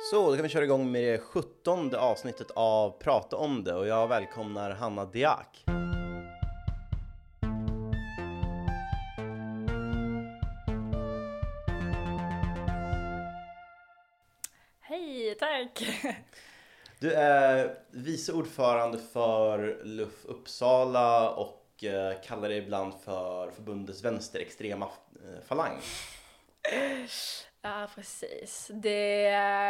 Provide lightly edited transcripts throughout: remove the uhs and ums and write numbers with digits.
Så, då kan vi köra igång med det 17:e avsnittet av Prata om det, och jag välkomnar Hanna Diak. Hej, tack! Du är vice ordförande för LUF Uppsala och kallar dig ibland för förbundets vänsterextrema falang. Ja, precis. Det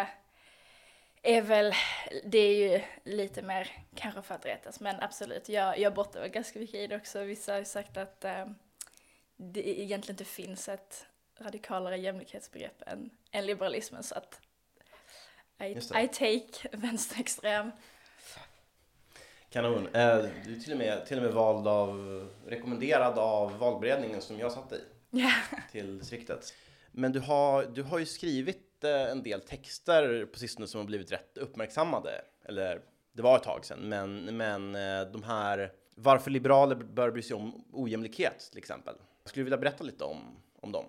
är ju lite mer kanske för att rättas, men absolut, jag bortar väl ganska mycket i det också. Vissa har ju sagt att det egentligen inte finns ett radikalare jämlikhetsbegrepp än liberalismen, så att I take vänsterextrem. Kanon. Du är till och med rekommenderad av valberedningen som jag satt i till distriktet. Men du har ju skrivit en del texter på sistone som har blivit rätt uppmärksammade. Eller det var ett tag sedan. Men de här, varför liberaler bör bry sig om ojämlikhet till exempel. Jag skulle vilja berätta lite om dem.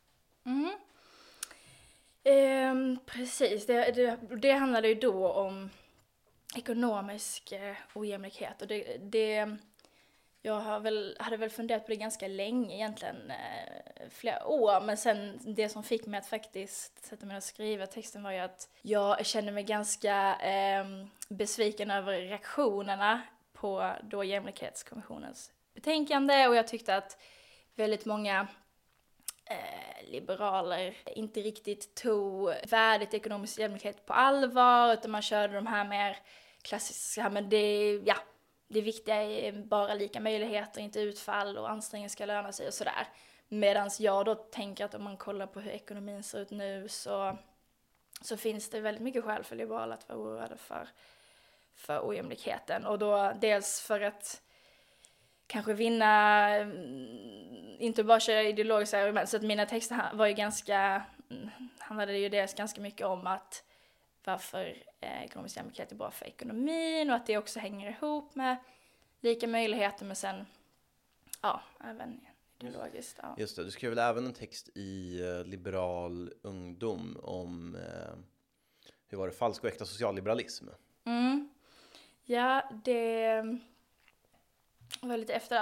Precis, det handlade ju då om ekonomisk ojämlikhet, och jag hade väl funderat på det ganska länge egentligen, flera år, men sen det som fick mig att faktiskt sätta mig och skriva texten var ju att jag kände mig ganska besviken över reaktionerna på då jämlikhetskommissionens betänkande, och jag tyckte att väldigt många liberaler inte riktigt tog värdet ekonomisk jämlikhet på allvar, utan man körde de här mer klassiska, men det viktiga är bara lika möjligheter, inte utfall, och ansträngning ska löna sig och sådär. Medan jag då tänker att om man kollar på hur ekonomin ser ut nu så finns det väldigt mycket skäl för liberaler att vara oroade för ojämlikheten. Och då dels för att kanske vinna, inte bara köra ideologiska argument, så att mina texter var ju handlade ju dels ganska mycket om att varför ekonomisk jämlikhet är bra för ekonomin, och att det också hänger ihop med lika möjligheter, men sen även ideologiskt. Ja. Just det, du skrev väl även en text i Liberal ungdom om hur var det, falsk och äkta socialliberalism. Ja, det var lite efter,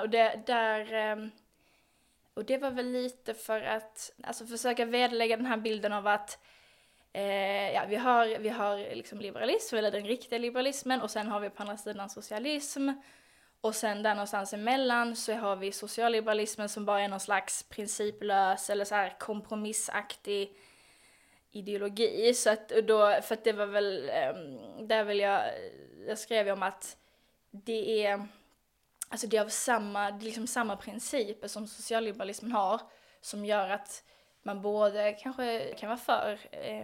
och det var väl lite för att försöka vederlägga den här bilden av att vi har liksom liberalism, eller den riktiga liberalismen, och sen har vi på andra sidan socialism, och sen där någonstans emellan så har vi socialliberalismen som bara är någon slags principlös eller så här kompromissaktig ideologi. Så att då, för att det var väl där vill jag skrev om att det är av samma principer som socialliberalismen har, som gör att man både kanske kan vara för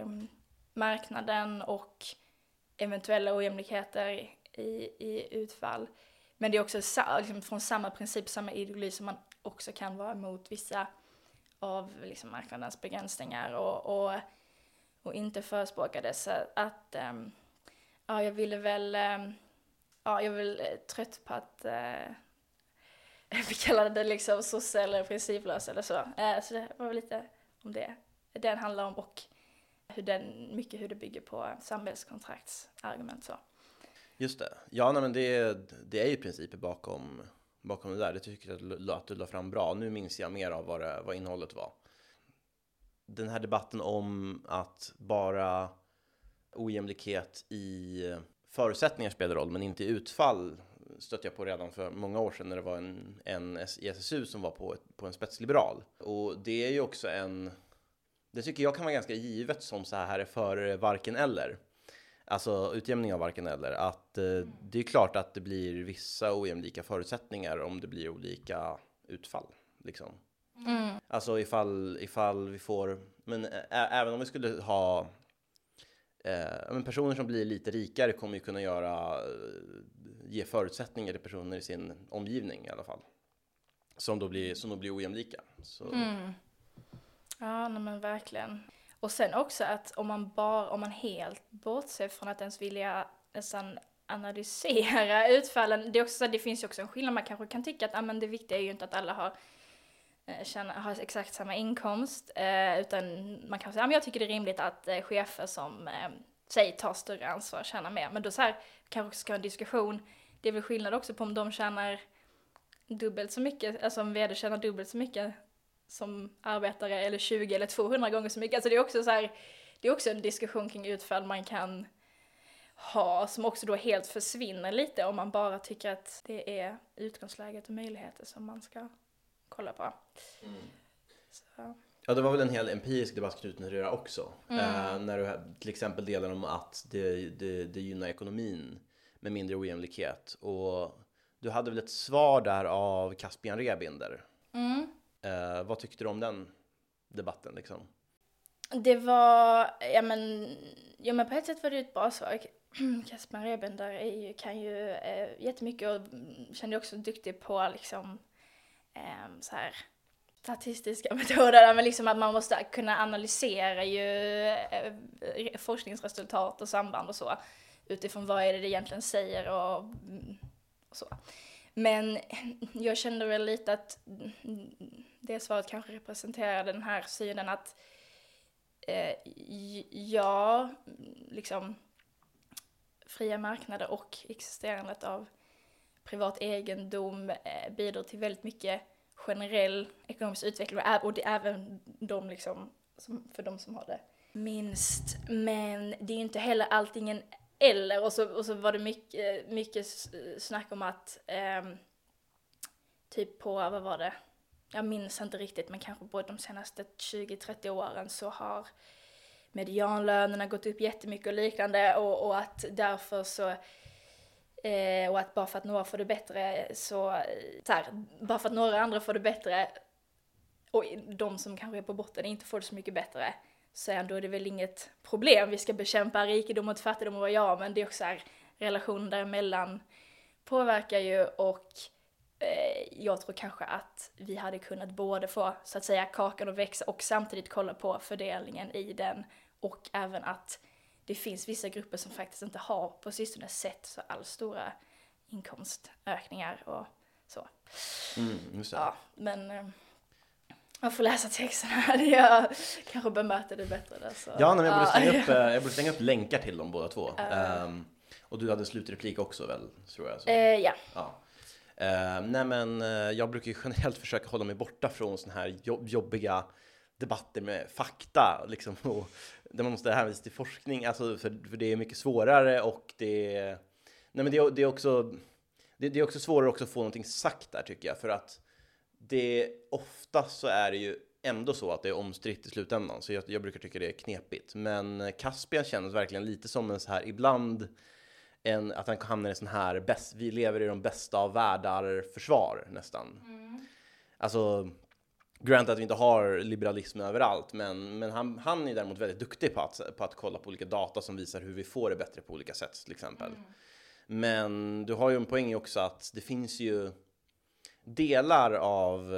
marknaden och eventuella ojämlikheter i utfall. Men det är också från samma princip, samma ideologi, som man också kan vara emot vissa av marknadens begränsningar och inte förespråka det. Så att jag är väl trött på att vi kallade det sosse eller principlös eller så. Så det var väl lite om det den handlar om, och hur det bygger på samhällskontraktsargument så. Just det. Ja, men det är ju principer bakom det där. Det tycker jag att du la fram bra. Nu minns jag mer av vad innehållet var. Den här debatten om att bara ojämlikhet i förutsättningar spelar roll, men inte i utfall, stötte jag på redan för många år sedan när det var en i SSU som var på en spetsliberal. Och det är ju också det tycker jag kan vara ganska givet som så här är för varken eller. Alltså utjämning av varken eller. Att det är klart att det blir vissa ojämlika förutsättningar om det blir olika utfall. Liksom. Alltså ifall vi får, men även om vi skulle ha personer som blir lite rikare kommer ju kunna ge förutsättningar till personer i sin omgivning i alla fall. Som då blir ojämlika. Så. Ja, men verkligen. Och sen också att om man helt bortser från att ens vilja nästan analysera utfallen, det är också så att det finns ju också en skillnad. Man kanske kan tycka att det viktiga är ju inte att alla har exakt samma inkomst, utan man kan säga jag tycker det är rimligt att chefer säg ta större ansvar, tjäna mer. Men då så här, kanske också ska ha en diskussion. Det är väl skillnad också på om de tjänar dubbelt så mycket, alltså om vd tjänar dubbelt så mycket som arbetare eller 20 eller 200 gånger så mycket. Alltså det är också så här, det är också en diskussion kring utfall man kan ha som också då helt försvinner lite om man bara tycker att det är utgångsläget och möjligheter som man ska kolla på. Så. Ja, det var väl en hel empirisk debatt knuten till det också. När du till exempel delar om att det gynnar ekonomin med mindre ojämlikhet. Och du hade väl ett svar där av Caspian Rebinder. Vad tyckte du om den debatten liksom? Det var, ja men på ett sätt var det ett bra svar. Caspian Rebinder kan ju jättemycket och kände också duktig på liksom så här statistiska metoder, men liksom att man måste kunna analysera ju forskningsresultat och samband och så utifrån vad är det egentligen säger och så. Men jag kände väl lite att det svaret kanske representerade den här synen att liksom fria marknader och existerandet av privat egendom bidrar till väldigt mycket generell ekonomisk utveckling och det är även de liksom, för de som har det minst. Men det är inte heller allting en eller. Och så var det mycket snack om att typ på, vad var det? Jag minns inte riktigt, men kanske på de senaste 20-30 åren så har medianlönerna gått upp jättemycket och liknande och att därför så och att bara för att några får det bättre så här, bara för att några andra får det bättre och de som kanske är på botten inte får det så mycket bättre så ändå är det väl inget problem. Vi ska bekämpa rikedom och fattigdom och men det är också här, relationen däremellan påverkar ju och jag tror kanske att vi hade kunnat både få så att säga kakan att växa och samtidigt kolla på fördelningen i den och även att det finns vissa grupper som faktiskt inte har på sistone sett så all stora inkomstökningar och så. Just det. Ja, men man får läsa texten här. Jag kanske bemöter det bättre där. Så. Ja, men jag borde slänga upp länkar till dem båda två. Och du hade slutreplik också väl, tror jag. Så. Ja. Nej, men jag brukar ju generellt försöka hålla mig borta från såna här jobbiga debatter med fakta liksom, och där man måste hänvisa till forskning, alltså för det är mycket svårare och det är också svårare också att få någonting sagt där tycker jag, för att det ofta så är det ju ändå så att det är omstritt i slutändan, så jag brukar tycka det är knepigt, men Caspian känns verkligen lite som en så här ibland att han hamnar i en sån här vi lever i de bästa av världar försvar nästan. Alltså grant att vi inte har liberalism överallt, men han är däremot väldigt duktig på att kolla på olika data som visar hur vi får det bättre på olika sätt till exempel. Men du har ju en poäng också att det finns ju delar av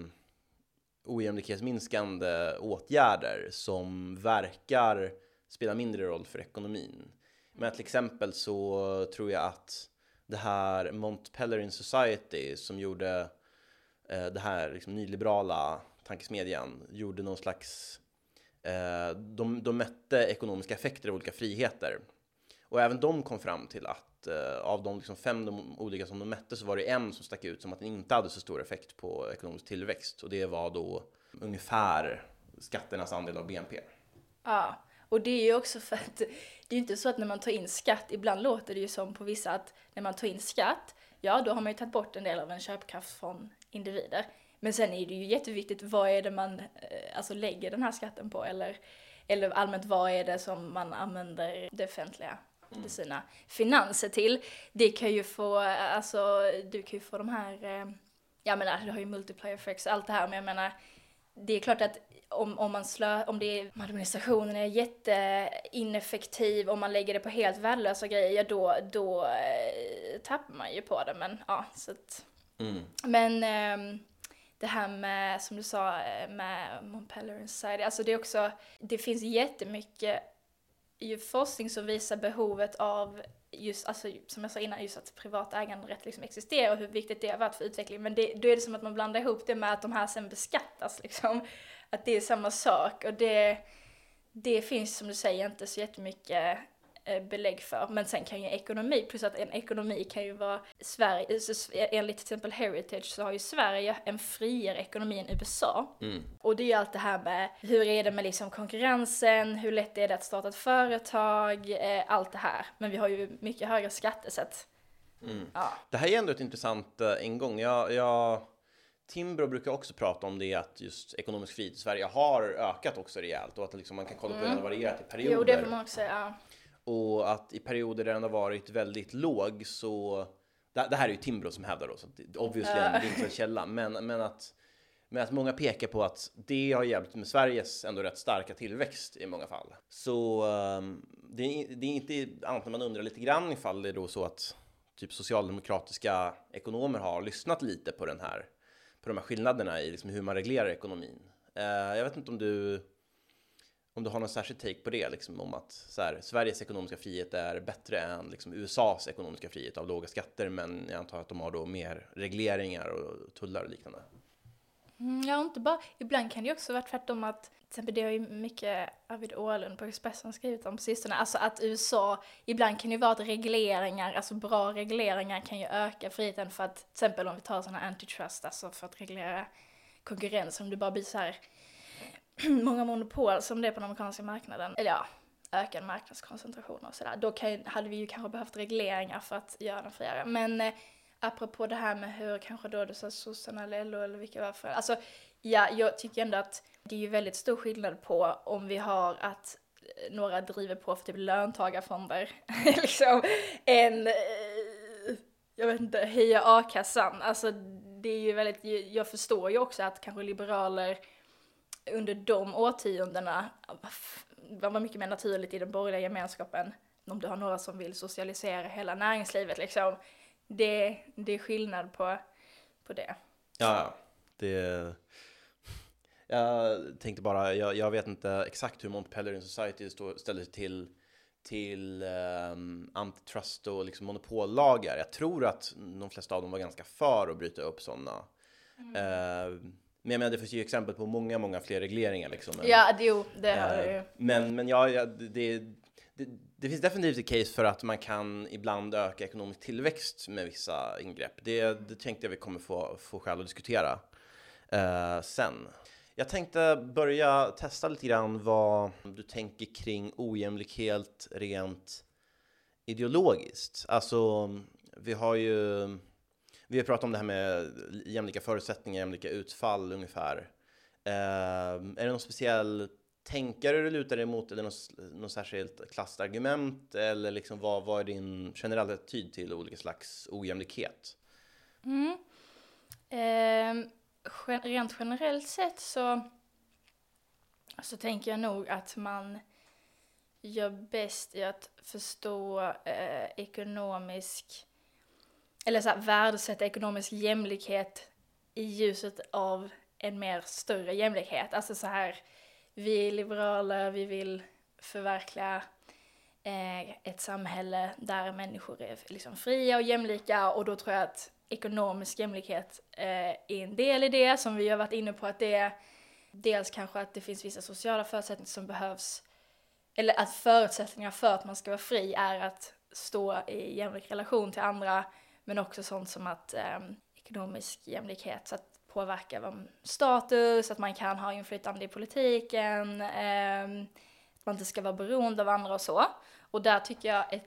ojämlikhetsminskande åtgärder som verkar spela mindre roll för ekonomin. Men till exempel så tror jag att det här Mont Pelerin Society som gjorde det här liksom nyliberala tankesmedjan gjorde någon slags de mätte ekonomiska effekter av olika friheter och även de kom fram till att av de liksom 5 olika som de mätte så var det en som stack ut som att den inte hade så stor effekt på ekonomisk tillväxt och det var då ungefär skatternas andel av BNP. Ja, och det är ju också för att det är inte så att när man tar in skatt, ibland låter det ju som på vissa att när man tar in skatt, ja då har man ju tagit bort en del av en köpkraft från individer. Men sen är det ju jätteviktigt vad är det man alltså lägger den här skatten på eller allmänt vad är det som man använder det offentliga till sina finanser till. Det kan ju få, alltså du kan ju få de här, jag menar du har ju multiplier effects och allt det här, men jag menar det är klart att om administrationen är jätteineffektiv och man lägger det på helt värdelösa grejer, då tappar man ju på det, men ja, så att men det här med, som du sa, med Mont Pelerin Society, alltså det är också, det finns jättemycket forskning som visar behovet av just, alltså som jag sa innan, just att privat äganderätt liksom existerar och hur viktigt det har varit för utveckling, men då är det som att man blandar ihop det med att de här sen beskattas liksom, att det är samma sak och det finns som du säger inte så jättemycket belägg för. Men sen kan ju ekonomi, plus att en ekonomi kan ju vara Sverige, enligt till exempel Heritage så har ju Sverige en friare ekonomi än USA. Och det är ju allt det här med hur är det med liksom konkurrensen, hur lätt är det att starta ett företag, allt det här. Men vi har ju mycket högre skatter så att, ja. Det här är ändå ett intressant ingång. Timbro brukar också prata om det, att just ekonomisk frihet i Sverige har ökat också rejält och att liksom man kan kolla på hur den har varierat i perioder. Jo, det får man också säga. Och att i perioder där den har varit väldigt låg så... Det här är ju Timbro som hävdar då, så att det obviously är en vinklad källa. Men att många pekar på att det har hjälpt med Sveriges ändå rätt starka tillväxt i många fall. Så det är inte annat när man undrar lite grann ifall det är då så att typ socialdemokratiska ekonomer har lyssnat lite på de här skillnaderna i liksom hur man reglerar ekonomin. Jag vet inte om du har någon särskild take på det, liksom, om att så här, Sveriges ekonomiska frihet är bättre än liksom, USAs ekonomiska frihet av låga skatter, men jag antar att de har då mer regleringar och tullar och liknande. Ja, inte bara. Ibland kan det också vara tvärtom att, till exempel det har ju mycket Arvid Åhlund på Expressen skrivit om på sistone, alltså att USA, ibland kan det vara att regleringar, alltså bra regleringar kan ju öka friheten för att, till exempel om vi tar sådana antitrust, alltså för att reglera konkurrens, om det bara blir så här många monopol som det är på den amerikanska marknaden, eller ja, ökad marknadskoncentration och sådär, då hade vi ju kanske behövt regleringar för att göra den friare. Men apropå det här med hur kanske då du sa sossarna eller LO eller vilka varför, alltså ja, jag tycker ändå att det är ju väldigt stor skillnad på om vi har att några driver på för typ löntagarfonder liksom jag vet inte, höja a-kassan, alltså det är ju väldigt, jag förstår ju också att kanske liberaler under de årtiondena var mycket mer naturligt i den borgerliga gemenskapen, om du har några som vill socialisera hela näringslivet liksom. Det är skillnad på det. Ja, jag tänkte bara, jag vet inte exakt hur Mont Pelerin Society ställer sig till antitrust och liksom monopollagar. Jag tror att de flesta av dem var ganska för att bryta upp sådana. Men jag menar, det finns ju exempel på många fler regleringar liksom. Ja, det har det ju. Men ja, det finns definitivt ett case för att man kan ibland öka ekonomisk tillväxt med vissa ingrepp. Det tänkte jag vi kommer få skäl att diskutera sen. Jag tänkte börja testa lite grann vad du tänker kring ojämlikhet rent ideologiskt. Alltså, vi har pratat om det här med jämlika förutsättningar, jämlika utfall ungefär. Är det någon speciell tänkare du lutar dig mot, eller någon särskilt klassargument, eller liksom vad är din generella attityd till olika slags ojämlikhet? Rent generellt sett så tänker jag nog att man gör bäst i att förstå värdesätta ekonomisk jämlikhet i ljuset av en mer större jämlikhet. Alltså så här, vi är liberaler, vi vill förverkliga ett samhälle där människor är liksom fria och jämlika, och då tror jag att ekonomisk jämlikhet är en del i det, som vi har varit inne på, att det är dels kanske att det finns vissa sociala förutsättningar som behövs, eller att förutsättningar för att man ska vara fri är att stå i jämlik relation till andra, men också sånt som att ekonomisk jämlikhet, så att påverka status, att man kan ha inflytande i politiken, att man inte ska vara beroende av andra och så. Och där tycker jag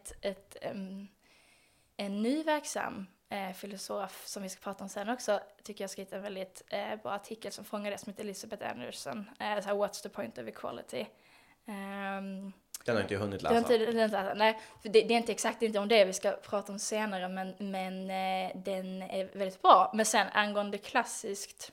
en ny verksam filosof som vi ska prata om sen också, tycker jag skrivit en väldigt bra artikel som fångar det, som heter Elizabeth Anderson, What's the point of equality? Den har inte jag hunnit läsa. Nej, för det är inte exakt inte om det vi ska prata om senare, men den är väldigt bra. Men sen angående klassiskt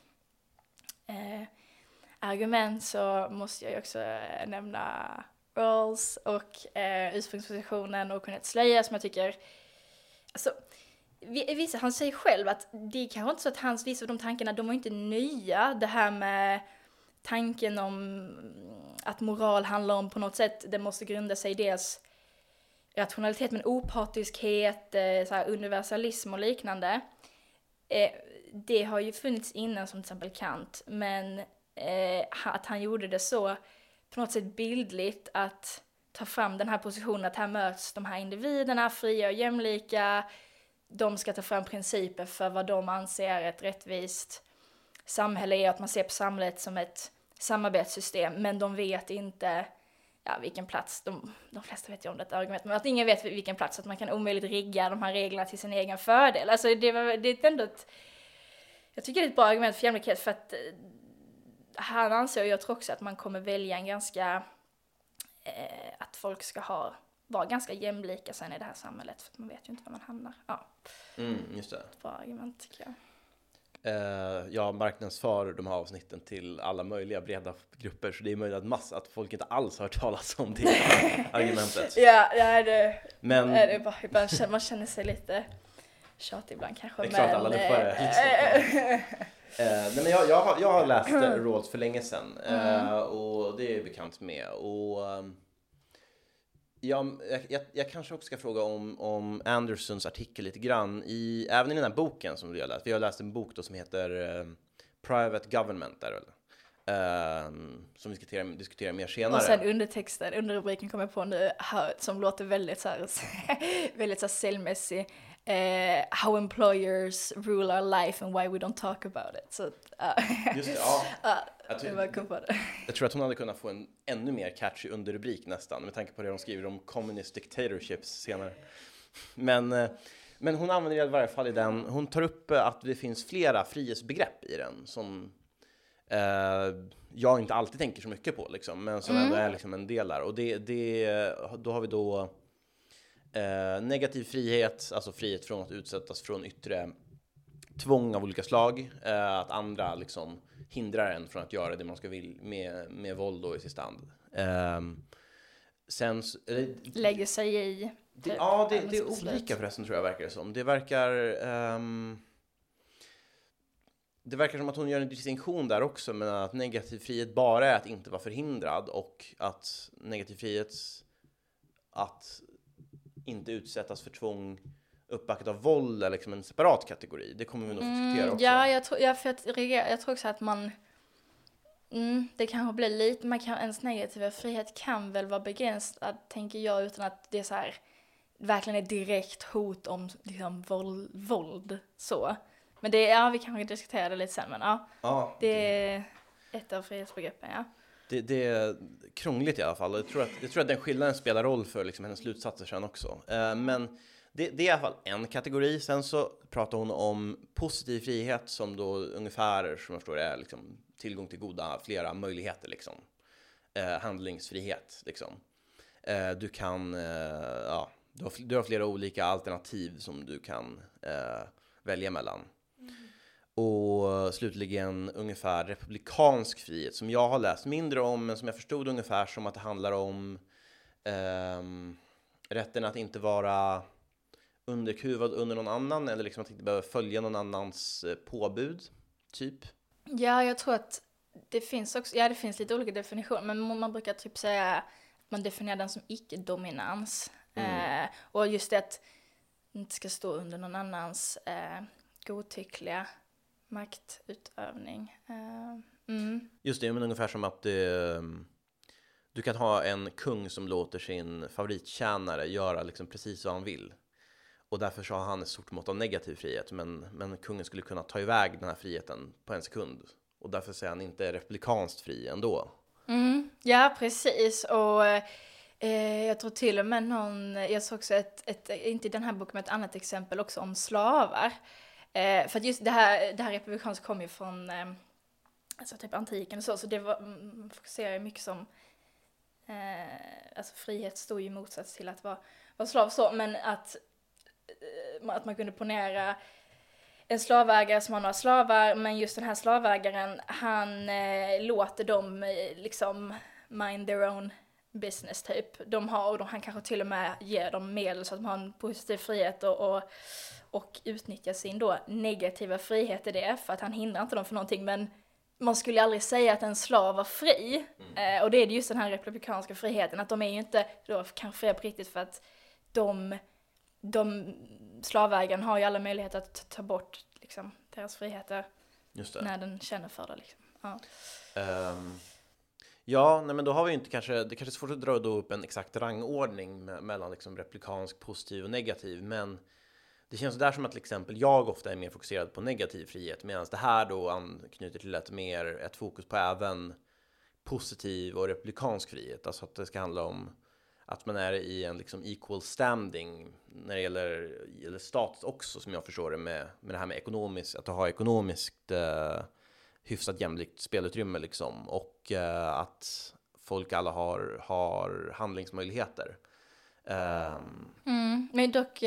argument så måste jag ju också nämna Rawls och ursprungspositionen och Cornelius Slöja, som jag tycker, alltså, han säger själv att det är kanske inte så att vissa av de tankarna, de var inte nya. Det här med tanken om att moral handlar om på något sätt, det måste grunda sig i dels rationalitet men opartiskhet, så här universalism och liknande. Det har ju funnits innan, som till exempel Kant, men att han gjorde det så på något sätt bildligt att ta fram den här positionen att här möts de här individerna, fria och jämlika. De ska ta fram principer för vad de anser ett rättvist samhälle är, att man ser på samhället som ett samarbetssystem, men de vet inte vilken plats, de flesta vet ju om detta argument, men att ingen vet vilken plats, att man kan omöjligt rigga de här reglerna till sin egen fördel. Alltså det är ändå jag tycker det är ett bra argument för jämlikhet, för att han anser, och jag tror också att man kommer välja en ganska, att folk ska vara ganska jämlika sen i det här samhället, för att man vet ju inte var man hamnar. Ja. Just det. Ett bra argument tycker jag. Jag marknadsför de här avsnitten till alla möjliga breda grupper, så det är möjligt att folk inte alls har hört talas om det argumentet. Men det bara, ibland man känner sig lite tjatig ibland kanske. Det är klart alla luffare nej, men jag har läst Rawls för länge sedan och det är bekant med, och jag kanske också ska fråga om Andersons artikel lite grann även i den här boken som vi har läst. Vi har läst en bok då som heter Private Government där, som vi ska diskutera mer senare. Och sen underrubriken kommer jag på nu som låter väldigt så här väldigt så säljmässig. How employers rule our life and why we don't talk about it. Så, just det, jag tror att hon hade kunnat få en ännu mer catchy underrubrik nästan, med tanke på det de skriver om communist dictatorships senare. Men hon använder i varje fall i den, hon tar upp att det finns flera frihetsbegrepp i den som jag inte alltid tänker så mycket på liksom, men som ändå är liksom en del där. Och då har vi då negativ frihet, alltså frihet från att utsättas från yttre tvång av olika slag, att andra liksom hindrar en från att göra det man ska vill med våld då i sista hand. Sen lägger sig i. Det är olika förresten, tror jag, verkar det som. Det verkar som att hon gör en distinktion där också, men att negativ frihet bara är att inte vara förhindrad, och att negativ frihet att inte utsättas för tvång uppbackat av våld är liksom en separat kategori. Det kommer vi nog diskutera också. Ja, jag tror också att man det kanske blir lite, ens negativa frihet kan väl vara begränsad, tänker jag, utan att det är så här verkligen är direkt hot om liksom våld så. Men vi kanske diskuterar det lite sen, men det är ett av frihetsbegreppen, ja. Det är krångligt i alla fall. Jag tror att den skillnaden spelar roll för liksom hennes slutsatser sen också. Men det är i alla fall en kategori. Sen så pratar hon om positiv frihet, som då ungefär, som jag förstår, är liksom tillgång till flera möjligheter liksom. Handlingsfrihet liksom. Du kan du har flera olika alternativ som du kan välja mellan. Och slutligen ungefär republikansk frihet, som jag har läst mindre om, men som jag förstod ungefär som att det handlar om rätten att inte vara underkuvad under någon annan, eller liksom att inte behöva följa någon annans påbud, typ. Ja, jag tror att det finns också, det finns lite olika definitioner, men man brukar typ säga att man definierar den som icke-dominans. Och just det att inte ska stå under någon annans godtyckliga maktutövning. Just det, men ungefär som att du kan ha en kung som låter sin favorittjänare göra liksom precis vad han vill. Och därför så har han ett stort mått av negativ frihet, men kungen skulle kunna ta iväg den här friheten på en sekund. Och därför säger han inte republikanskt fri ändå. Ja, precis. Och jag tror till och med jag såg också inte i den här boken, men ett annat exempel också om slavar. För att just det här republikanska kom ju från alltså typ antiken och så det fokuserar mycket som alltså frihet stod i motsats till att vara slav så, men att man kunde ponera en slavägare som har några slavar, men just den här slavägaren, han låter dem liksom mind their own business typ. Han kanske till och med ger dem medel så att de har en positiv frihet och utnyttjar sin då negativa frihet i det, för att han hindrar inte dem för någonting, men man skulle aldrig säga att en slav var fri. Och det är just den här republikanska friheten, att de är ju inte då kanske fria på riktigt, för att de slavägaren har ju alla möjligheter att ta bort liksom deras friheter när den känner för det liksom. Ja, nej, men då har vi inte kanske, det kanske är svårt att dra då upp en exakt rangordning mellan liksom republikansk, positiv och negativ, men det känns där som att till exempel jag ofta är mer fokuserad på negativ frihet, medan det här då anknyter till ett fokus på även positiv och republikansk frihet, alltså att det ska handla om att man är i en liksom equal standing när det gäller status också, som jag förstår det, med det här med ekonomiskt, att ha ekonomiskt hyfsat jämlikt spelutrymme liksom, och att folk alla har handlingsmöjligheter. Men dock,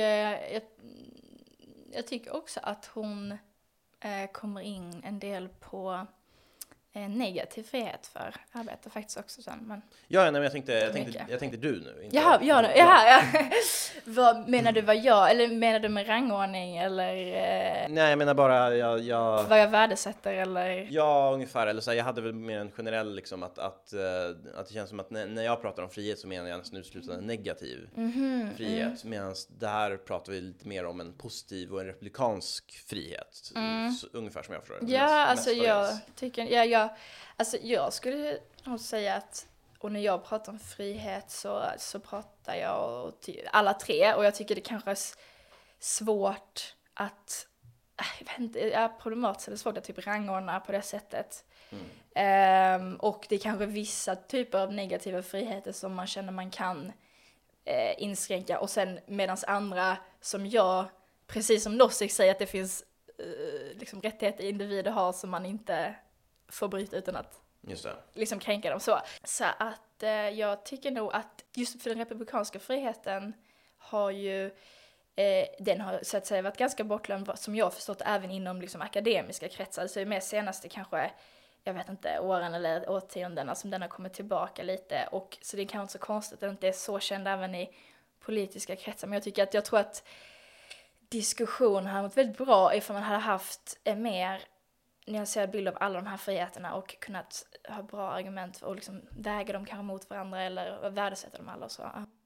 jag tycker också att hon kommer in en del på negativ frihet för arbete faktiskt också sen. Men Ja, nej, men jag tänkte du nu. Inte ja. Vad menar du, eller menar du med rangordning eller? Nej, jag menar bara vad jag värdesätter eller? Ja, ungefär. Eller så här, jag hade väl mer en generell liksom att det känns som att när jag pratar om frihet så menar jag nästan uteslutande negativ frihet. Medan där pratar vi lite mer om en positiv och en republikansk frihet. Så, ungefär som jag förstår det. Ja, alltså jag tycker, jag skulle nog säga att, och när jag pratar om frihet så pratar jag alla tre, och jag tycker det kanske är svårt att, jag vet inte, problematiskt eller svårt att typ rangordna på det sättet. Och det är kanske vissa typer av negativa friheter som man känner man kan inskränka, och sen medans andra som jag, precis som Nozick säger, att det finns liksom rättigheter individer har som man inte får bryta utan att liksom kränka dem så att jag tycker nog att just för den republikanska friheten har ju den har så att säga varit ganska bortglömd, som jag har förstått, även inom liksom akademiska kretsar. Så med senaste kanske, jag vet inte, åren eller årtiondena som den har kommit tillbaka lite, och så det kan inte så konstigt att den inte är så känd även i politiska kretsar. Men jag tror att diskussion har varit väldigt bra ifall man hade haft en mer nyanserad bild av alla de här friheterna och kunnat ha bra argument och liksom väga dem kanske mot varandra eller värdesätta dem alla och så.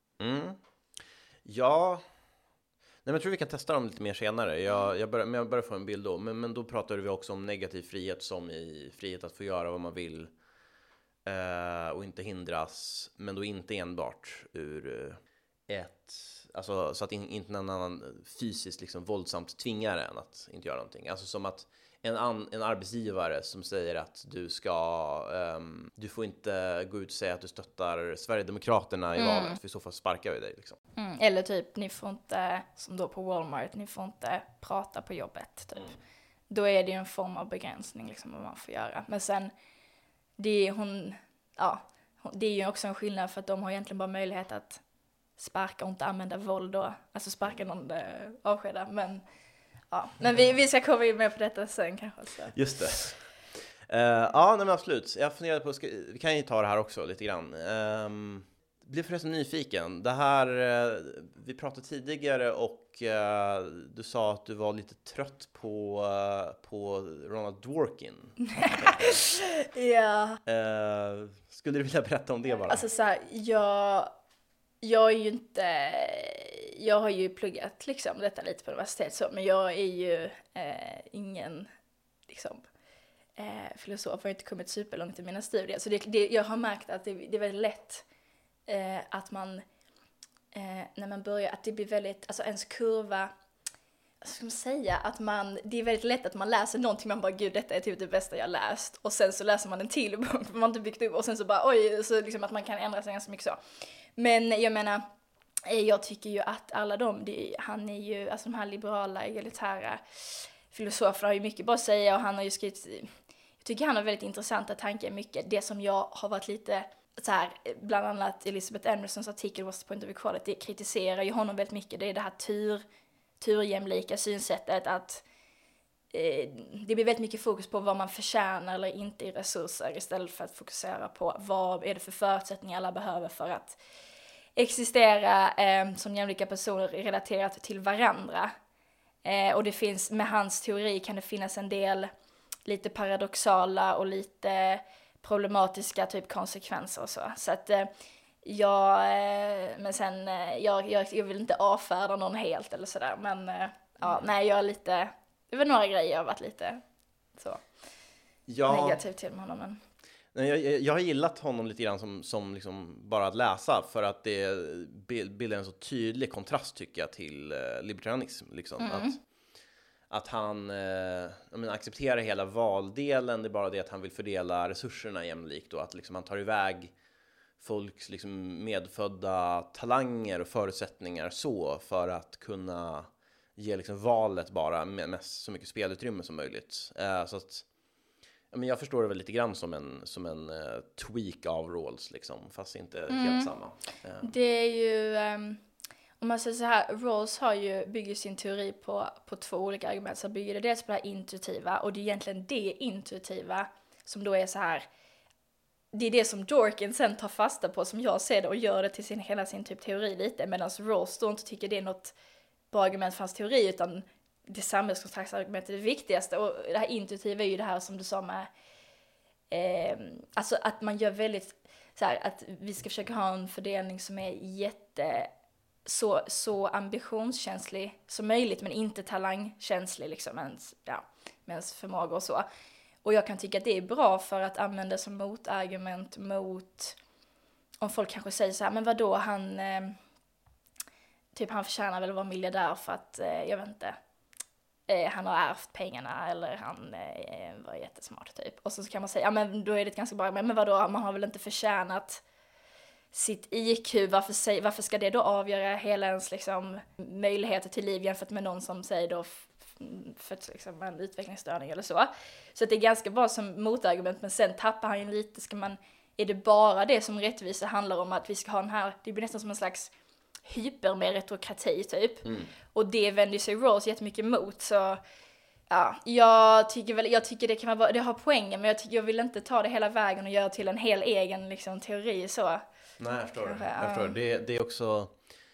Ja, nej, men jag tror vi kan testa dem lite mer senare. Jag börjar få en bild då. Men då pratade vi också om negativ frihet som i frihet att få göra vad man vill och inte hindras. Men då inte enbart ur alltså så att inte någon annan fysiskt liksom våldsamt tvingar en att inte göra någonting. Alltså som att en arbetsgivare som säger att du får inte gå ut och säga att du stöttar Sverigedemokraterna i valet, för i så fall sparkar vi dig liksom. Eller typ, ni får inte, som då på Walmart, ni får inte prata på jobbet typ. Då är det ju en form av begränsning liksom vad man får göra. Men sen det är ju också en skillnad, för att de har egentligen bara möjlighet att sparka och inte använda våld då. Alltså sparka någon, avskeda. Men vi ska komma in mer på detta sen kanske. Så. Just det. Nej, men absolut. Jag funderade på, vi kan ju ta det här också lite grann. Blev förresten nyfiken. Det här, vi pratade tidigare och du sa att du var lite trött på Ronald Dworkin. Ja. Skulle du vilja berätta om det bara? Alltså så här, jag är ju inte, jag har ju pluggat liksom detta lite på universitet så, men jag är ju ingen liksom filosof, jag har inte kommit superlångt i mina studier, så jag har märkt att det är väldigt lätt att man när man börjar, att det blir väldigt, alltså ens kurva, ska man säga, att det är väldigt lätt att man läser någonting, man bara, gud, detta är typ det bästa jag läst, och sen så läser man en till bok man inte byggt upp, och sen så bara, oj, så liksom att man kan ändra sig ganska mycket så. Men jag menar, jag tycker ju att alla han är ju, alltså de här liberala, egalitära filosoferna har ju mycket bara att säga, och han har ju skrivit, jag tycker han har väldigt intressanta tankar mycket. Det som jag har varit lite så här, bland annat Elizabeth Andersons artikel What's the Point of Equality, kritiserar ju honom väldigt mycket. Det är det här turjämlika synsättet, att det blir väldigt mycket fokus på vad man förtjänar eller inte i resurser, istället för att fokusera på vad är det för förutsättningar alla behöver för att existera som jämlika personer relaterat till varandra. Och det finns, med hans teori kan det finnas en del lite paradoxala och lite problematiska typ konsekvenser och så. Så att men sen jag vill inte avfärda någon helt eller sådär, men nej, jag är lite, det var några grejer jag har varit lite så negativ till med honom. Men. Jag har gillat honom lite grann som liksom bara att läsa, för att det bildar en så tydlig kontrast tycker jag till libertarianism. Liksom. Att han accepterar hela valdelen, det är bara det att han vill fördela resurserna jämlikt, och att liksom han tar iväg folks liksom medfödda talanger och förutsättningar så för att kunna ge liksom valet bara med så mycket spelutrymme som möjligt. Så att jag förstår det väl lite grann som en tweak av Rawls liksom, fast inte helt samma. Det är ju om man säger så här, Rawls bygger sin teori på två olika argument. Så bygger det dels på det här intuitiva, och det är egentligen det intuitiva som då är så här. Det är det som Dworkin sen tar fasta på, som jag ser det, och gör det till hela sin typ teori lite, medan Rawls då inte tycker det är något bra argument för hans teori, utan det samhällskontraktsargumentet är det viktigaste. Och det här intuitiva är ju det här som du sa med alltså att man gör väldigt så här, att vi ska försöka ha en fördelning som är så ambitionskänslig som möjligt, men inte talangkänslig liksom, ens förmåga och så. Och jag kan tycka att det är bra för att använda som motargument mot, om folk kanske säger så här, men vadå, han förtjänar väl att vara miljardär för att, jag vet inte, han har ärvt pengarna, eller han var jättesmart typ. Och så kan man säga, ja men då är det ett ganska bra, men vadå, man har väl inte förtjänat sitt IQ, varför ska det då avgöra hela ens liksom möjligheter till liv jämfört med någon som säger då för liksom en utvecklingsstörning eller så. Så att det är ganska bra som motargument, men sen tappar han ju lite, är det bara det som rättvisa handlar om, att vi ska ha den här, det blir nästan som en slags hypermeritokrati typ. Och det vänder sig Rawls jättemycket emot, så ja, jag tycker det kan vara, det har poängen, men jag vill inte ta det hela vägen och göra till en hel egen liksom teori så. Nej, jag förstår. Det är också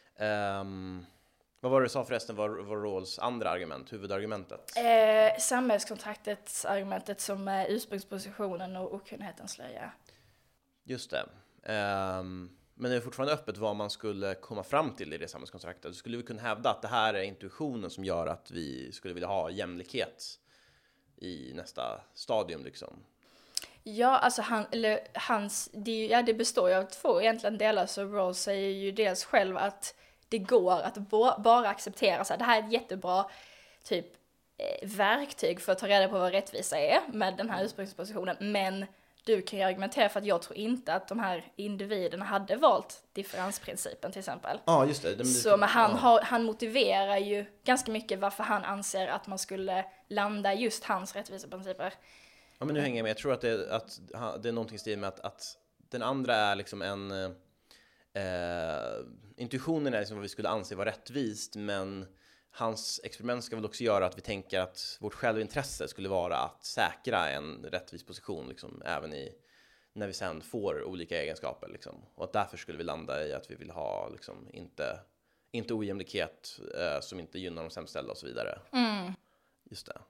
vad var det du sa förresten, var Rawls andra argument, huvudargumentet? Samhällskontraktets argumentet, som är ursprungspositionen och okunnighetens slöja. Just det. Men det är fortfarande öppet vad man skulle komma fram till i det samhällskontraktet. Skulle vi kunna hävda att det här är intuitionen som gör att vi skulle vilja ha jämlikhet i nästa stadium liksom? Ja, alltså det består ju av två egentligen delar. Så Rawls säger ju dels själv att det går att bara acceptera så här, det här är ett jättebra typ verktyg för att ta reda på vad rättvisa är med den här ursprungspositionen, men du kan ju argumentera för att jag tror inte att de här individerna hade valt differensprincipen till exempel. Ja, just det. Så men han motiverar ju ganska mycket varför han anser att man skulle landa just hans rättviseprinciper. Ja, men nu hänger jag med. Jag tror att det är någonting i stil med att den andra är liksom en intuitionen är liksom vad vi skulle anse vara rättvist, men hans experiment ska väl också göra att vi tänker att vårt självintresse skulle vara att säkra en rättvis position liksom, även när vi sen får olika egenskaper liksom. Och att därför skulle vi landa i att vi vill ha liksom, inte ojämlikhet som inte gynnar de sämst ställda och så vidare. Just det.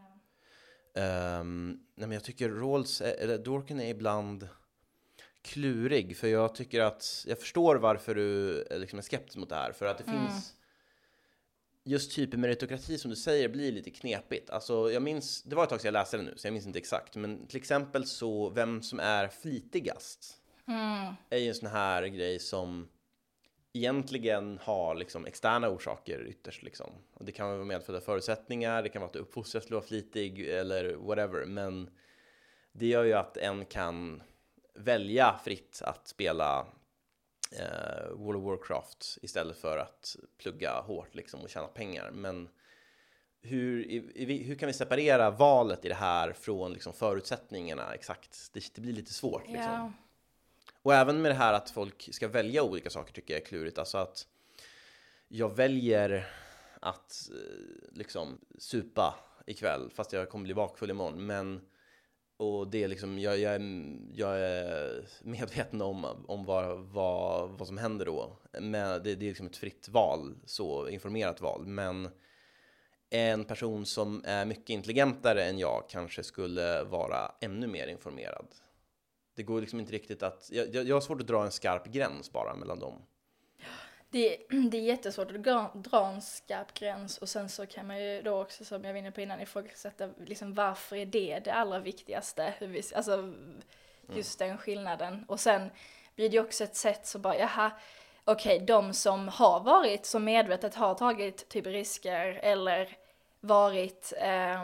Nej, men jag tycker Dworkin är ibland klurig, för jag tycker att jag förstår varför du liksom är skeptisk mot det här, för att det finns just typ meritokrati som du säger blir lite knepigt. Alltså jag minns, det var ett tag sedan jag läste det nu så jag minns inte exakt, men till exempel så vem som är flitigast är ju en sån här grej som egentligen har liksom externa orsaker ytterst liksom. Och det kan vara medfödda förutsättningar, det kan vara att du uppfostras till att vara flitig eller whatever, men det gör ju att en kan välja fritt att spela World of Warcraft istället för att plugga hårt liksom och tjäna pengar. Men hur kan vi separera valet i det här från liksom förutsättningarna exakt? Det blir lite svårt liksom. Yeah. Och även med det här att folk ska välja olika saker tycker jag är klurigt. Alltså att jag väljer att liksom supa ikväll fast jag kommer bli bakfull imorgon, men och det är liksom, jag är medveten om vad som händer då. Men det är liksom ett fritt val, så informerat val. Men en person som är mycket intelligentare än jag kanske skulle vara ännu mer informerad. Det går liksom inte riktigt att... Jag har svårt att dra en skarp gräns bara mellan dem. Det är jättesvårt att dra en skarp gräns, och sen så kan man ju då också, som jag var inne på innan, ifrågasätta liksom varför är det allra viktigaste. just den skillnaden. Och sen blir det också ett sätt så bara, okej, de som har varit så medvetet har tagit typ risker eller varit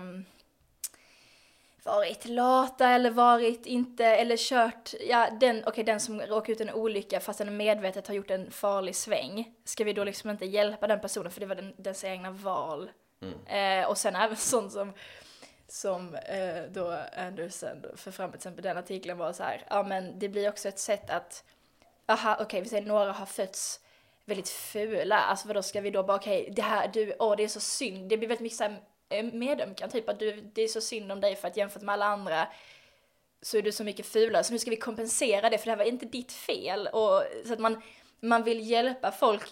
lata eller varit inte, eller kört, den som råkar ut en olycka fast den medvetet har gjort en farlig sväng. Ska vi då liksom inte hjälpa den personen för det var dens egna val? Och sen även sånt som då Anderson för fram till exempel den artikeln var så här, men det blir också ett sätt att vi säger några har fötts väldigt fula, alltså vadå ska vi då bara det är så synd, det blir väldigt mycket så här medömkan, typ att det är så synd om dig för att jämfört med alla andra så är du så mycket fulare, så nu ska vi kompensera det för det här var inte ditt fel, och så att man vill hjälpa folk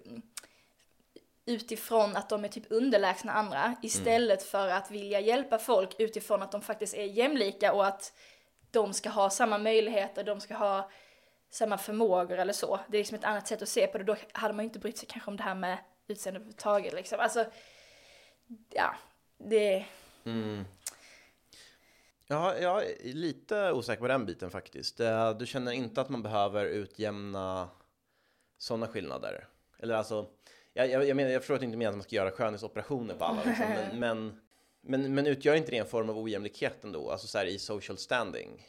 utifrån att de är typ underlägsna andra istället för att vilja hjälpa folk utifrån att de faktiskt är jämlika och att de ska ha samma möjligheter, de ska ha samma förmågor eller så. Det är liksom ett annat sätt att se på det. Då hade man ju inte brytt sig kanske om det här med utseende överhuvudtaget liksom. Alltså, det... Ja, jag är lite osäker på den biten faktiskt. Du känner inte att man behöver utjämna sådana skillnader? Eller alltså, jag menar, jag förstår att du inte menar att man ska göra skönhetsoperationer på alla liksom, men utgör inte det en form av ojämlikhet ändå? Alltså så här i social standing?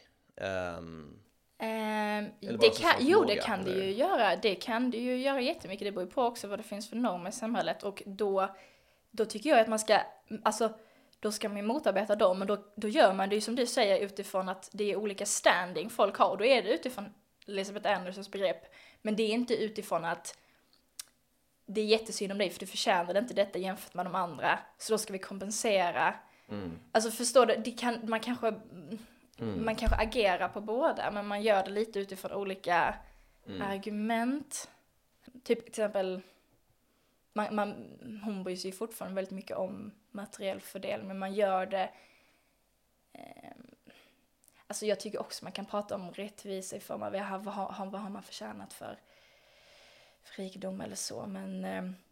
Det kan det ju göra. Det kan det ju göra jättemycket. Det beror på också vad det finns för normer i samhället. Och då tycker jag att man ska, alltså då ska man motarbeta dem. Men då gör man det ju som du säger utifrån att det är olika standing folk har. Och då är det utifrån Elizabeth Andersons begrepp. Men det är inte utifrån att det är jättesynd om dig för du förtjänade inte detta jämfört med de andra. Så då ska vi kompensera. Alltså förstår du, man kanske agerar på båda, men man gör det lite utifrån olika argument. Typ till exempel, hon bryr sig fortfarande väldigt mycket om materiell fördel, men man gör det... Alltså jag tycker också man kan prata om rättvisa i form av vad har man förtjänat för rikedom eller så, men...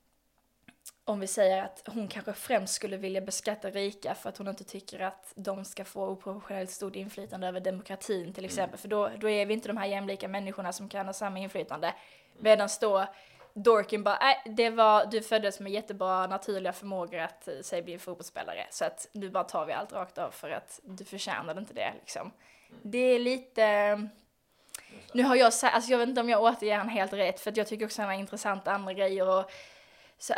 Om vi säger att hon kanske främst skulle vilja beskatta rika för att hon inte tycker att de ska få oproportionellt stort inflytande över demokratin till exempel. För då är vi inte de här jämlika människorna som kan ha samma inflytande. Medan då Dorkin bara, du föddes med jättebra naturliga förmågor att säg bli en fotbollsspelare. Så att nu bara tar vi allt rakt av för att du förtjänade inte det liksom. Det är lite... Nu har jag sagt, alltså jag vet inte om jag återger han helt rätt, för att jag tycker också han har intressanta andra grejer och så,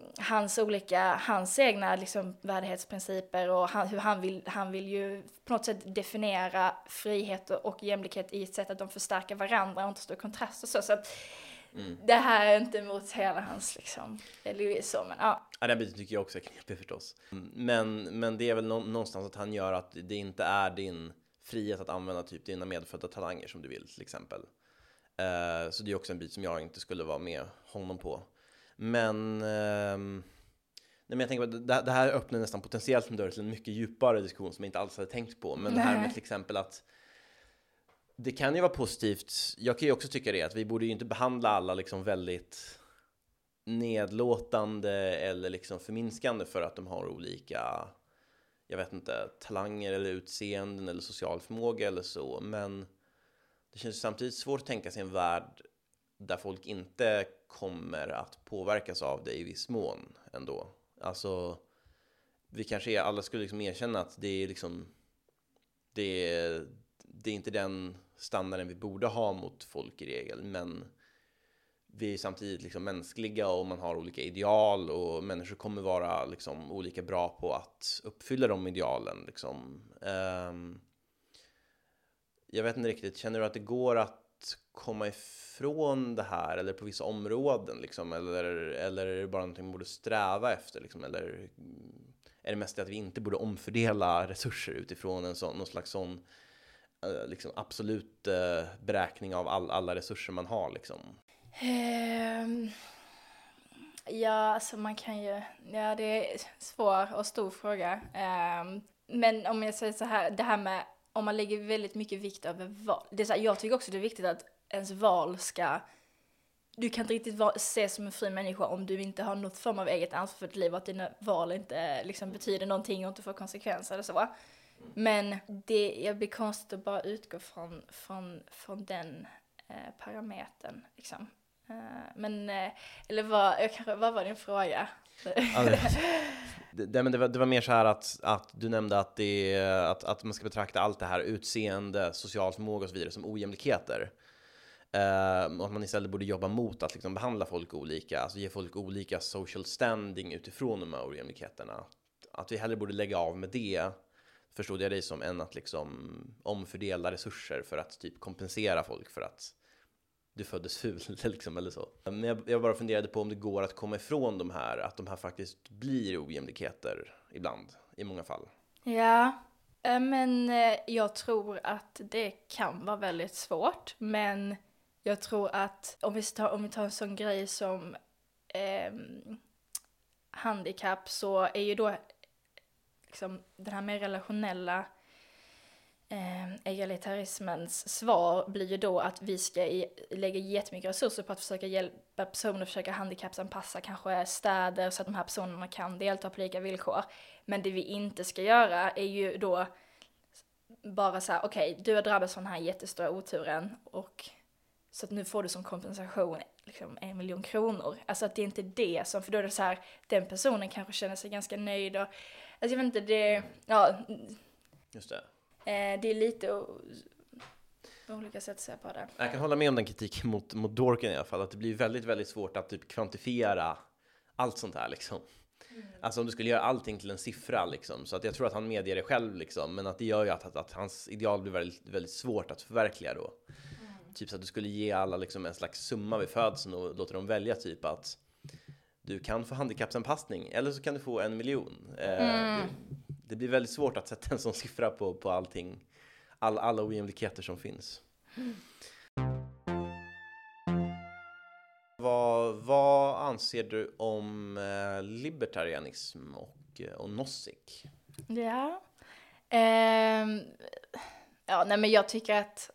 hans egna liksom värdighetsprinciper och hur han vill ju på något sätt definiera frihet och jämlikhet i ett sätt att de förstärker varandra och inte står i kontrast och så att det här är inte mot hela hans liksom, eller så, men ja. Ja, den biten tycker jag också är knepig förstås. Men det är väl någonstans att han gör att det inte är din frihet att använda typ dina medfödda talanger som du vill till exempel. Så det är också en bit som jag inte skulle vara med honom på. Men jag tänker att det här öppnar nästan potentiellt en dörr till en mycket djupare diskussion som jag inte alls hade tänkt på. Men det här med till exempel att det kan ju vara positivt. Jag kan ju också tycka det, att vi borde ju inte behandla alla liksom väldigt nedlåtande eller liksom förminskande för att de har olika, jag vet inte, talanger eller utseenden eller social förmåga eller så. Men det känns samtidigt svårt att tänka sig en värld där folk inte kommer att påverkas av det i viss mån ändå. Alltså, vi kanske alla skulle liksom erkänna att det är liksom det är inte den standarden vi borde ha mot folk i regel, men vi är samtidigt liksom mänskliga och man har olika ideal och människor kommer vara liksom olika bra på att uppfylla de idealen liksom. Jag vet inte riktigt, känner du att det går att komma ifrån det här eller på vissa områden liksom, eller är det bara någonting man borde sträva efter liksom, eller är det mest att vi inte borde omfördela resurser utifrån någon slags sån liksom absolut beräkning av alla resurser man har liksom? Ja, alltså man kan ju, det är en svår och stor fråga, men om jag säger så här, det här med om man lägger väldigt mycket vikt över val. Det är så här, jag tycker också det är viktigt att ens val ska... Du kan inte riktigt se som en fri människa om du inte har något form av eget ansvar för ditt liv och att dina val inte liksom betyder någonting och inte får konsekvenser eller så. Men jag blir konstigt att bara utgå från den parametern liksom. Eller vad var din fråga? Men det var mer så här att du nämnde att man ska betrakta allt det här utseende, social förmåga och så vidare som ojämlikheter. Och att man istället borde jobba mot att liksom behandla folk olika, alltså ge folk olika social standing utifrån de här ojämlikheterna. Att vi hellre borde lägga av med det, förstod jag dig som, än att liksom omfördela resurser för att typ kompensera folk för att du föddes ful liksom, eller så. Men jag bara funderade på om det går att komma ifrån att de här faktiskt blir ojämlikheter ibland, i många fall. Ja, men jag tror att det kan vara väldigt svårt, men jag tror att om vi tar en sån grej som handikapp, så är ju då liksom den här mer relationella egalitarismens svar blir ju då att vi ska lägga jättemycket resurser på att försöka hjälpa personer, försöka handikappsanpassa kanske städer så att de här personerna kan delta på lika villkor. Men det vi inte ska göra är ju då bara så här: okej, du har drabbats av den här jättestora oturen, och så att nu får du som kompensation liksom 1 miljon kronor. Alltså att det är inte det som, för då är det så här, den personen kanske känner sig ganska nöjd och, alltså jag vet inte, det, ja. Just det. Det är lite olika sätt att se på det. Jag kan hålla med om den kritiken mot Dworkin i alla fall, att det blir väldigt, väldigt svårt att typ kvantifiera allt sånt här liksom. Alltså om du skulle göra allting till en siffra liksom, så att jag tror att han medger det själv liksom, men att det gör ju att hans ideal blir väldigt, väldigt svårt att förverkliga då. Typ så att du skulle ge alla liksom en slags summa vid födseln och låta dem välja typ att du kan få handikappsanpassning eller så kan du få 1 miljon. Det blir väldigt svårt att sätta en sån siffra på allting, alla ojämlikheter som finns. Vad anser du om libertarianism och Nozick? Ja. Nej men jag tycker att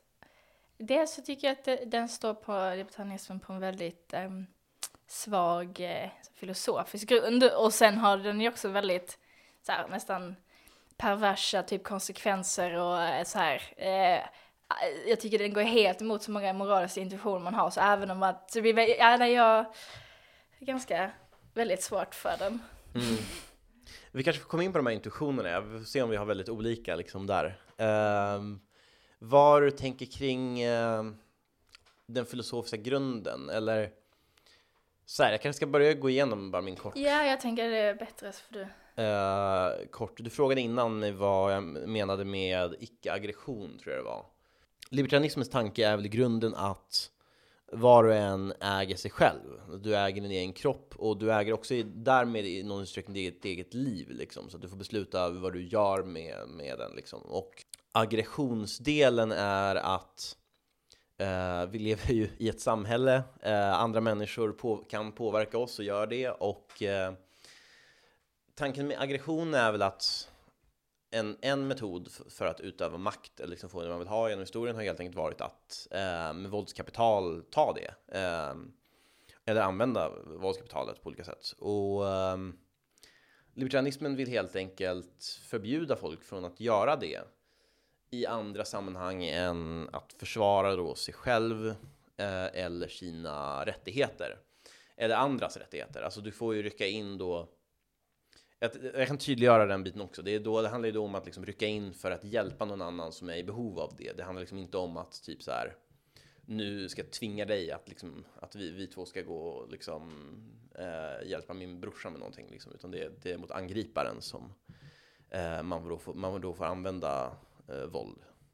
den står på libertarianismen på en väldigt svag filosofisk grund, och sen har den ju också väldigt så här, nästan perversa typ konsekvenser och så här. Jag tycker den går helt emot så många moraliska intuitioner man har, så även om att så jag är ganska väldigt svårt för den. Vi kanske får komma in på de här intuitionerna. Vi får se om vi har väldigt olika liksom där. Vad du tänker kring den filosofiska grunden, eller så här, jag kanske ska börja gå igenom bara min kort. Ja, jag tänker det är bättre för du. Kort. Du frågade innan vad jag menade med icke-aggression, tror jag det var. Libertarianismens tanke är väl i grunden att var och en äger sig själv. Du äger din egen kropp, och du äger också därmed i någon utsträckning ditt eget liv liksom, så att du får besluta vad du gör med den liksom. Och aggressionsdelen är att vi lever ju i ett samhälle, andra människor kan påverka oss och gör det, och tanken med aggression är väl att en metod för att utöva makt eller liksom få det man vill ha genom historien har helt enkelt varit att med våldskapital ta det, eller använda våldskapitalet på olika sätt. Och libertarianismen vill helt enkelt förbjuda folk från att göra det i andra sammanhang än att försvara då sig själv eller sina rättigheter eller andras rättigheter. Alltså du får ju rycka in då. Jag kan tydliggöra den biten också. Det handlar ju då om att liksom rycka in för att hjälpa någon annan som är i behov av det. Det handlar liksom inte om att typ så här, nu ska jag tvinga dig att, liksom, att vi två ska gå och liksom, hjälpa min brorsa med någonting. Liksom. Utan det är mot angriparen som man då får använda våld.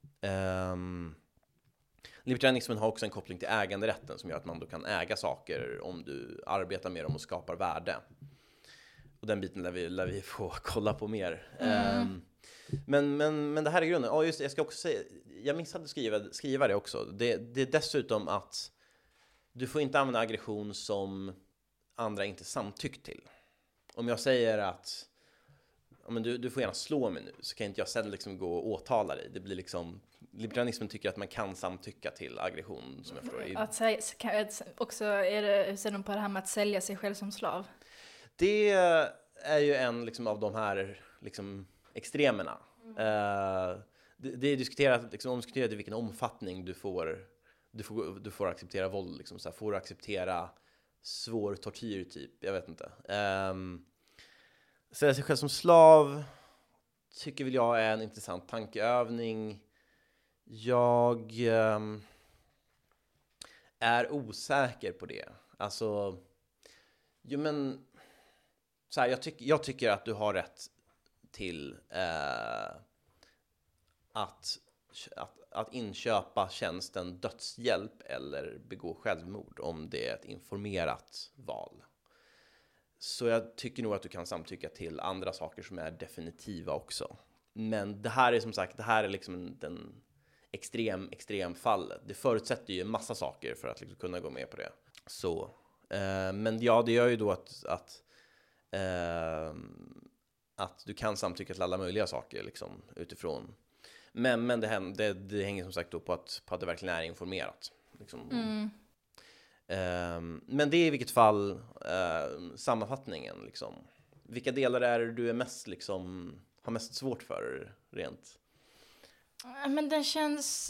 Libertarianismen har också en koppling till äganderätten som gör att man då kan äga saker om du arbetar med dem och skapar värde. Och den biten lär vi få kolla på mer. Men det här är grunden. Ja, just det, jag ska också säga, jag missade skriva det också. Det är dessutom att du får inte använda aggression som andra inte samtyckt till. Om jag säger att men du får gärna slå mig nu, så kan inte jag sedan liksom gå och åtala dig. Det blir liksom, libertarianismen tycker att man kan samtycka till aggression, som jag förstår. Också är det, hur ser de på det här med att sälja sig själv som slav? Det är ju en liksom av de här liksom extremerna. Det är diskuterat, liksom, omdiskuterat i vilken omfattning du får acceptera våld. Liksom, så här, får du acceptera svår tortyr typ? Jag vet inte. Säga sig själv som slav tycker väl jag är en intressant tankeövning. Jag är osäker på det. Alltså, jo men så här, jag tycker att du har rätt till att inköpa tjänsten dödshjälp eller begå självmord om det är ett informerat val. Så jag tycker nog att du kan samtycka till andra saker som är definitiva också. Men det här är som sagt, det här är liksom den extrem fallet. Det förutsätter ju en massa saker för att liksom kunna gå med på det. Så, men ja, det gör ju då att du kan samtycka till alla möjliga saker liksom, utifrån. Men det hänger som sagt då på att det verkligen är informerat. Liksom. Men det är i vilket fall sammanfattningen. Liksom. Vilka delar är det du är mest, liksom, har mest svårt för rent? Men den känns...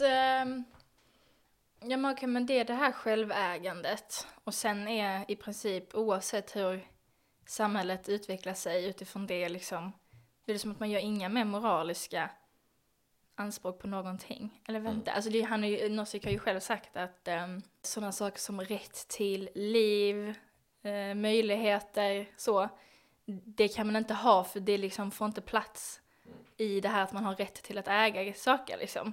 men det är det här självägandet. Och sen är i princip oavsett hur samhället utvecklar sig utifrån det liksom, det är som att man gör inga mer moraliska anspråk på någonting. Eller vänta, alltså Nozick har ju själv sagt att sådana saker som rätt till liv, möjligheter, så, det kan man inte ha för det liksom får inte plats i det här att man har rätt till att äga saker liksom.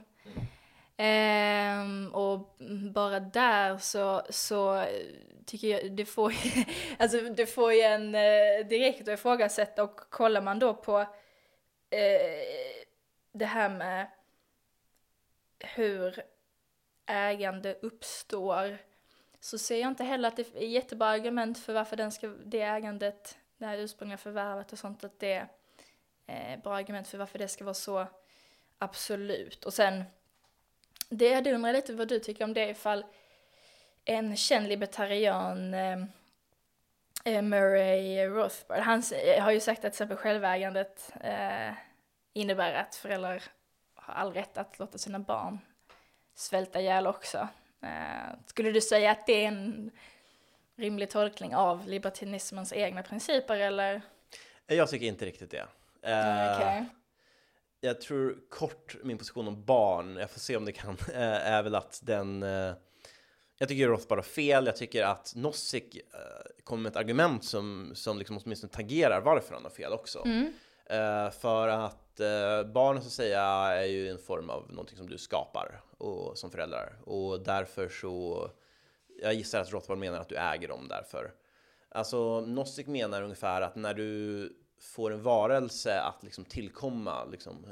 Och bara där så tycker jag det får ju en direkt att ifrågasätta, och kollar man då på det här med hur ägande uppstår, så ser jag inte heller att det är jättebra argument för varför det ägandet, det här ursprungliga förvärvet och sånt, att det är bra argument för varför det ska vara så absolut. Och sen det undrar lite vad du tycker om det, ifall en känd libertarian, Murray Rothbard, han har ju sagt att till exempel självägandet innebär att föräldrar har all rätt att låta sina barn svälta ihjäl också. Skulle du säga att det är en rimlig tolkning av libertarianismens egna principer, eller? Jag tycker inte riktigt det. Okay. Jag tror kort min position om barn, jag får se om det kan, är väl att jag tycker Rothbard har fel. Jag tycker att Nozick kommer med ett argument som liksom åtminstone tangerar varför han har fel också. För att barn, så att säga, är ju en form av någonting som du skapar och, som föräldrar. Och därför så, jag gissar att Rothbard menar att du äger dem därför. Alltså Nozick menar ungefär att när du får en varelse att liksom tillkomma liksom,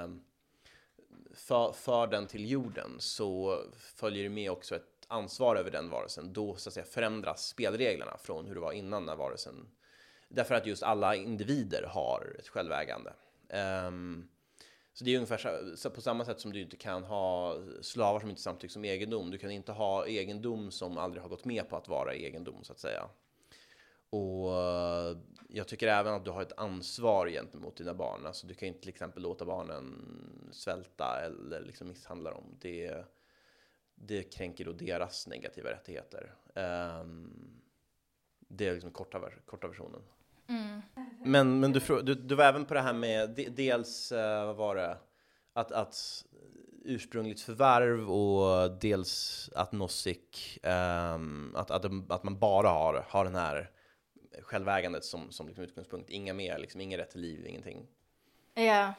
för den till jorden, så följer det med också ett ansvar över den varelsen. Då så att säga förändras spelreglerna från hur det var innan den varelsen. Därför att just alla individer har ett självägande. Så det är ungefär så på samma sätt som du inte kan ha slavar som inte samtycks som egendom. Du kan inte ha egendom som aldrig har gått med på att vara egendom, så att säga. Och jag tycker även att du har ett ansvar gentemot dina barn. Alltså du kan inte till exempel låta barnen svälta eller liksom misshandla dem. Det kränker då deras negativa rättigheter. Det är liksom korta versionen. Men du var även på det här med dels vad var det, att ursprungligt förvärv, och dels att Nozick att man bara har den här självägandet som liksom utgångspunkt, inga mer, liksom ingen rätt till liv, ingenting. Ja.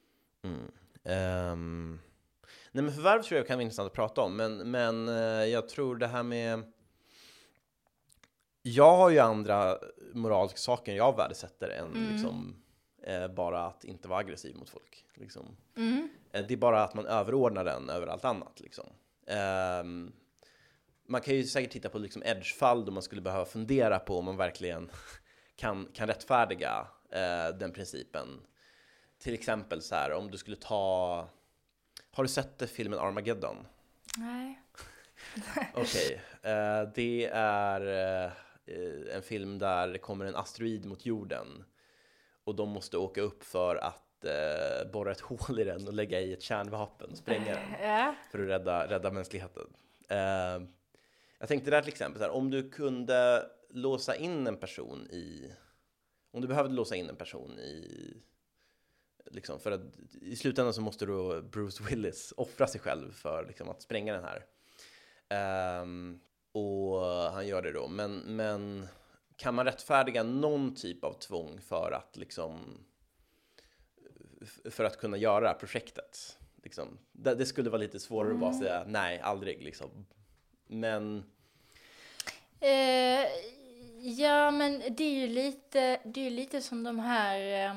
Nej, men förvärv tror jag kan vara intressant att prata om, men jag tror det här med, jag har ju andra moraliska saker jag värdesätter än liksom, bara att inte vara aggressiv mot folk. Liksom. Det är bara att man överordnar den över allt annat. Liksom. Man kan ju säkert titta på liksom edge-fall då man skulle behöva fundera på om man verkligen kan rättfärdiga den principen. Till exempel så här, om du skulle ta... Har du sett filmen Armageddon? Nej. Okej. Det är en film där det kommer en asteroid mot jorden. Och de måste åka upp för att borra ett hål i den och lägga i ett kärnvapen och spränga den för att rädda mänskligheten. Jag tänkte där till exempel så här, om du kunde låsa in en person om du behövde låsa in en person liksom, för att i slutändan så måste då Bruce Willis offra sig själv för liksom, att spränga den här. Och han gör det då, men kan man rättfärdiga någon typ av tvång för att liksom, för att kunna göra projektet liksom? Det skulle vara lite svårare att bara säga nej, aldrig liksom. Men ja, men det är ju lite som de här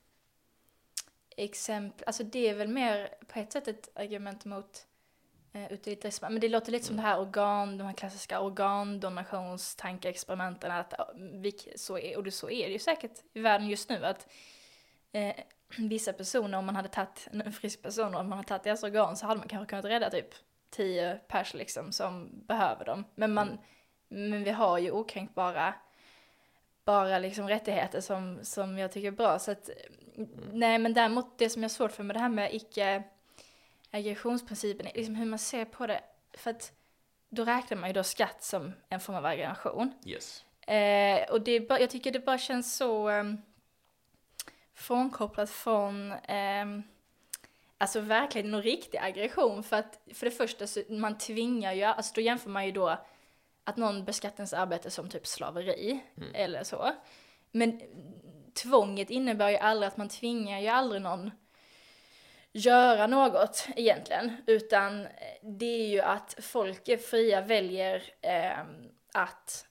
exempel, alltså det är väl mer på ett sätt ett argument mot utilitarism, men det låter lite som det här de här klassiska organdonationstankeexperimenten, att så är det ju säkert i världen just nu, att vissa personer, om man hade tagit en frisk person och om man hade tagit deras organ, så hade man kanske kunnat rädda typ 10 pers liksom som behöver dem, men vi har ju okränkbara liksom rättigheter som jag tycker är bra, så att nej, men däremot det som jag har svårt för med det här med icke-aggressionsprincipen är liksom hur man ser på det, för att då räknar man ju då skatt som en form av aggression. Yes. Och jag tycker det bara känns så frånkopplat från alltså verkligen någon riktig aggression, för att för det första så man tvingar ju, alltså då jämför man ju då att någon beskattningsarbete som typ slaveri eller så. Men tvånget innebär ju aldrig att man tvingar ju aldrig någon göra något egentligen, utan det är ju att folk är fria, väljer att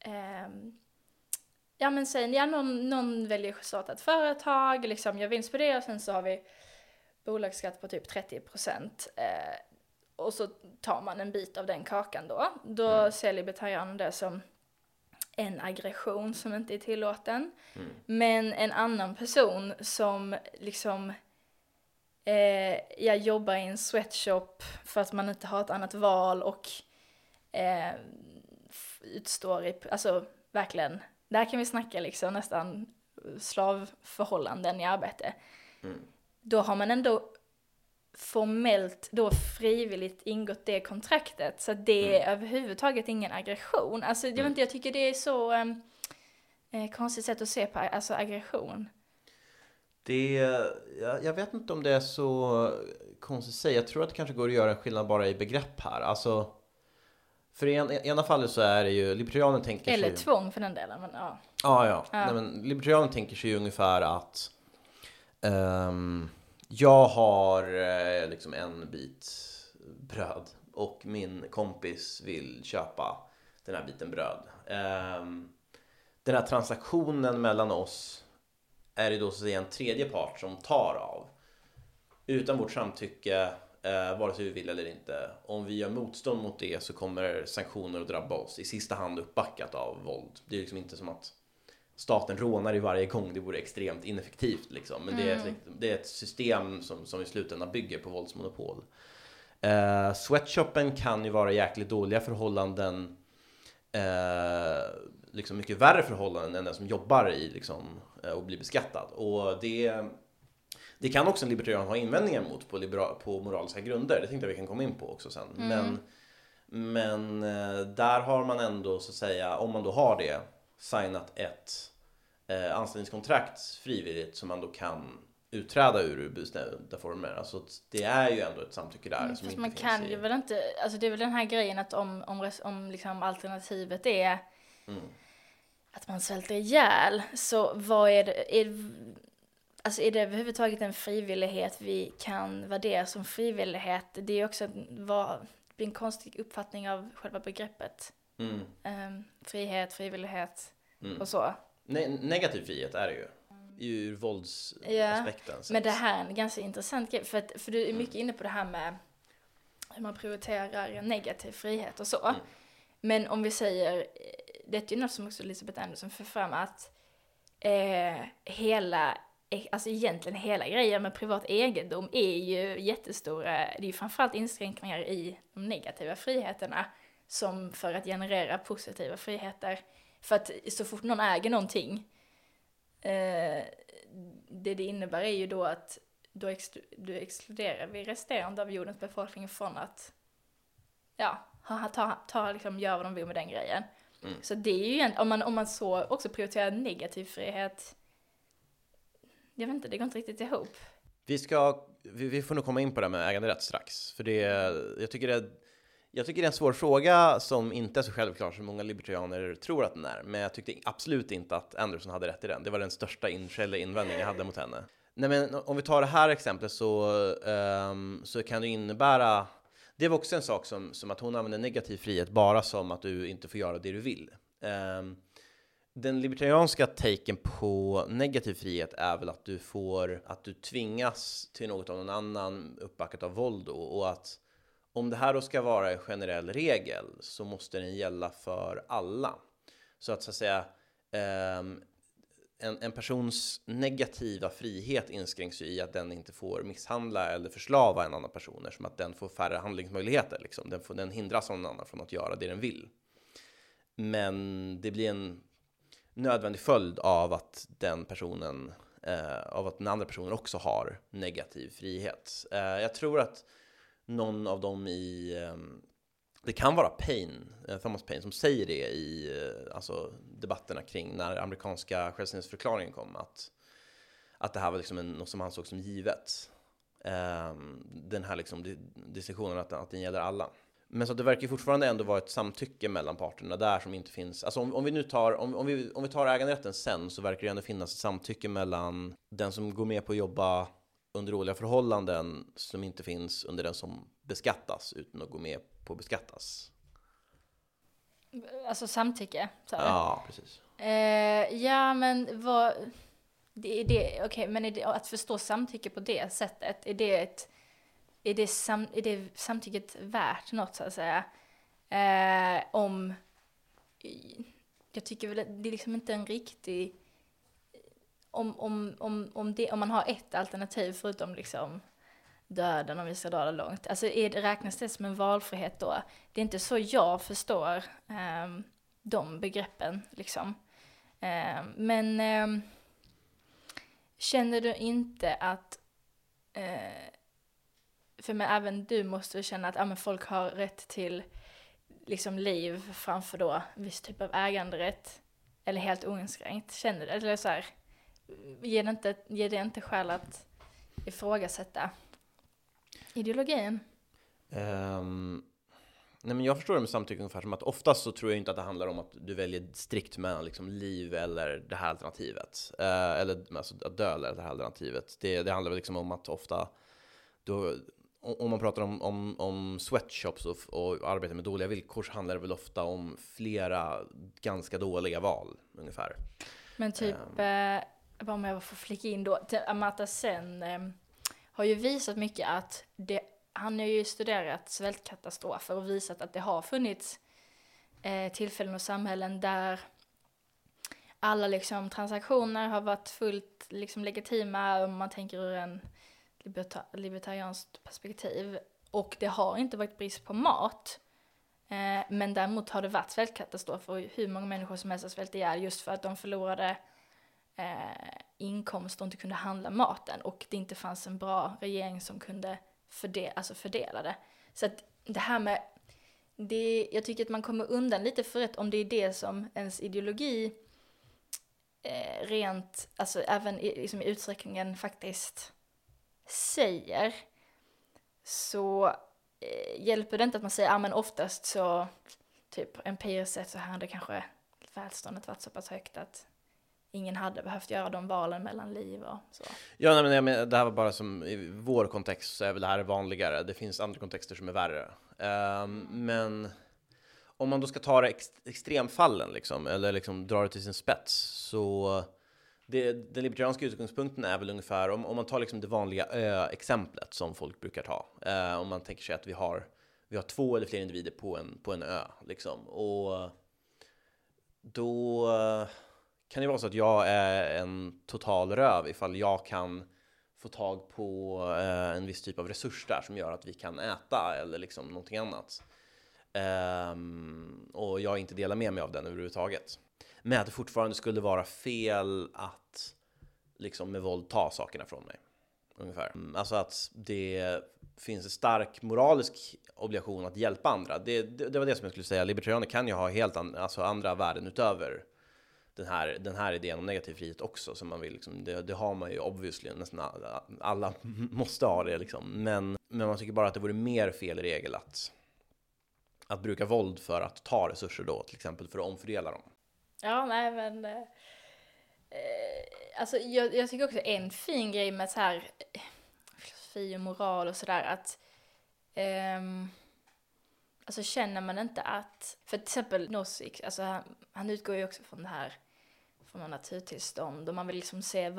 ja, men sen någon väljer att starta ett företag, liksom gör vinst på det, och sen så har vi bolagsskatt på typ 30%. Och så tar man en bit av den kakan då ser libertarianer det som en aggression som inte är tillåten. Men en annan person som liksom jag jobbar i en sweatshop för att man inte har ett annat val och utstår alltså verkligen, där kan vi snacka liksom nästan slavförhållanden i arbete. Då har man ändå formellt då frivilligt ingått det kontraktet, så det är överhuvudtaget ingen aggression. Alltså jag tycker det är så konstigt sätt att se på alltså aggression. Jag vet inte om det är så konstigt att säga. Jag tror att det kanske går att göra en skillnad bara i begrepp här. Alltså, för i ena fallet så är det ju libertarianen tänker eller sig, tvång för den delen, men ja. Ja. Nej, men libertarianen tänker sig ungefär att jag har liksom en bit bröd och min kompis vill köpa den här biten bröd. Den här transaktionen mellan oss är det då så att säga en tredje part som tar av. Utan vårt samtycke, vare sig vi vill eller inte. Om vi gör motstånd mot det så kommer sanktioner att drabba oss. I sista hand uppbackat av våld. Det är liksom inte som att staten rånar i varje gång. Det vore extremt ineffektivt liksom. Men det är ett system som i slutändan bygger på våldsmonopol. Sweatshopen kan ju vara jäkligt dåliga förhållanden. Liksom mycket värre förhållanden än den som jobbar i liksom, och blir beskattad. Och det kan också en libertarian ha invändningar mot på moraliska grunder. Det tänkte jag vi kan komma in på också sen. Men där har man ändå så att säga, om man då har det, signat ett anställningskontrakt frivilligt som man då kan utträda ur bestämda former. Alltså det är ju ändå ett samtycke där som inte man finns kan ju väl inte, alltså det är väl den här grejen att om liksom alternativet är att man svälter ihjäl, så vad är det alltså är det överhuvudtaget en frivillighet vi kan värdera som frivillighet? Det är också en konstig uppfattning av själva begreppet. Frihet, frivillighet och så. Negativ frihet är det ju. Ur våldsaspekten. Ja, men det här är en ganska intressant grej. För du är mycket inne på det här med hur man prioriterar negativ frihet och så. Men om vi säger, det är ju något som också Elisabeth Anderson för fram, att egentligen hela grejen med privat egendom är ju jättestora. Det är ju framförallt inskränkningar i de negativa friheterna som för att generera positiva friheter. För att så fort någon äger någonting, det innebär är ju då att du exkluderar vi resterande av jordens befolkning från att ta liksom, gör vad de vill med den grejen. Så det är ju om man så också prioriterar negativ frihet, jag vet inte, det går inte riktigt ihop. Vi får nog komma in på det med äganderätt strax, för jag tycker det är en svår fråga som inte är så självklar som många libertarianer tror att den är, men jag tyckte absolut inte att Anderson hade rätt i den. Det var den största invändningen jag hade mot henne. Nej, men om vi tar det här exemplet så kan det innebära, det var också en sak som att hon använder negativ frihet bara som att du inte får göra det du vill. Den libertarianska taken på negativ frihet är väl att du tvingas till något av någon annan uppbackat av våld och att om det här då ska vara en generell regel så måste den gälla för alla. Så att säga en persons negativa frihet inskränks i att den inte får misshandla eller förslava en annan person, som att den får färre handlingsmöjligheter. Liksom. Den hindras av någon annan från att göra det den vill. Men det blir en nödvändig följd av att den andra personen också har negativ frihet. Jag tror att någon av dem det kan vara Thomas Paine som säger det i debatterna kring när amerikanska självständighetsförklaringen kom, att det här var liksom något som han såg som givet. Den här liksom distinktionen att den gäller alla. Men så det verkar fortfarande ändå vara ett samtycke mellan parterna där som inte finns. Alltså om vi tar äganderätten sen, så verkar det ändå finnas ett samtycke mellan den som går med på att jobba under dåliga förhållanden som inte finns under den som beskattas utan att gå med på att beskattas. Alltså samtycke, så här. Ja, precis. Ja, men vad okej, men är det, att förstå samtycke på det sättet, är det samtycket värt något, så att säga? Jag tycker väl att det är liksom inte en riktig, om man har ett alternativ förutom liksom döden, om vi ska dra det långt. Alltså räknas det som en valfrihet då? Det är inte så jag förstår de begreppen liksom. Men känner du inte att för mig, även du måste känna att men folk har rätt till liksom liv framför då viss typ av äganderätt, eller helt oinskränkt? Känner du, eller så här, ger det inte skäl att ifrågasätta ideologin? Nej, men jag förstår det med samtycke ungefär som att oftast så tror jag inte att det handlar om att du väljer strikt mellan liksom liv eller det här alternativet. Eller alltså att dö eller det här alternativet. Det handlar väl liksom om att ofta då, om man pratar om sweatshops och arbete med dåliga villkor, så handlar det väl ofta om flera ganska dåliga val ungefär. Men typ, om jag får flika in då, Amartya Sen har ju visat mycket att han har ju studerat svältkatastrofer och visat att det har funnits tillfällen och samhällen där alla liksom transaktioner har varit fullt liksom legitima, om man tänker ur en libertarianskt perspektiv, och det har inte varit brist på mat, men däremot har det varit svältkatastrofer och hur många människor som helst har svält ihjäl just för att de förlorade inkomst och inte kunde handla maten, och det inte fanns en bra regering som kunde fördela det. Så att det här med jag tycker att man kommer undan lite för rätt om det är det som ens ideologi rent, alltså även liksom i utsträckningen faktiskt säger, så hjälper det inte att man säger men oftast så typ empiriskt sett så hade kanske välståndet varit så pass högt att ingen hade behövt göra de valen mellan liv och så. Ja, nej, men det här var bara som i vår kontext, så är väl det här vanligare. Det finns andra kontexter som är värre. Men om man då ska ta det extremfallen liksom, eller liksom dra det till sin spets, så den libertarianska utgångspunkten är väl ungefär, om man tar liksom det vanliga ö-exemplet som folk brukar ta. Om man tänker sig att vi har 2 eller fler individer på en ö liksom, och då kan det vara så att jag är en total röv ifall jag kan få tag på en viss typ av resurs där som gör att vi kan äta eller liksom någonting annat. Och jag inte delar med mig av den överhuvudtaget. Men att det fortfarande skulle vara fel att liksom med våld ta sakerna från mig. Ungefär. Alltså att det finns en stark moralisk obligation att hjälpa andra. Det var det som jag skulle säga. Libertarianer kan ju ha helt andra värden utöver den här idén om negativ frihet också. Som man vill, liksom, det har man ju obviously, nästan alla måste ha det liksom. Men man tycker bara att det vore mer fel i regel att bruka våld för att ta resurser då, till exempel för att omfördela dem. Ja, nej men alltså jag tycker också en fin grej med så här filosofi och moral och sådär att alltså känner man inte att, för till exempel Nozick, alltså han utgår ju också från det här, från en naturtillstånd, och man vill liksom se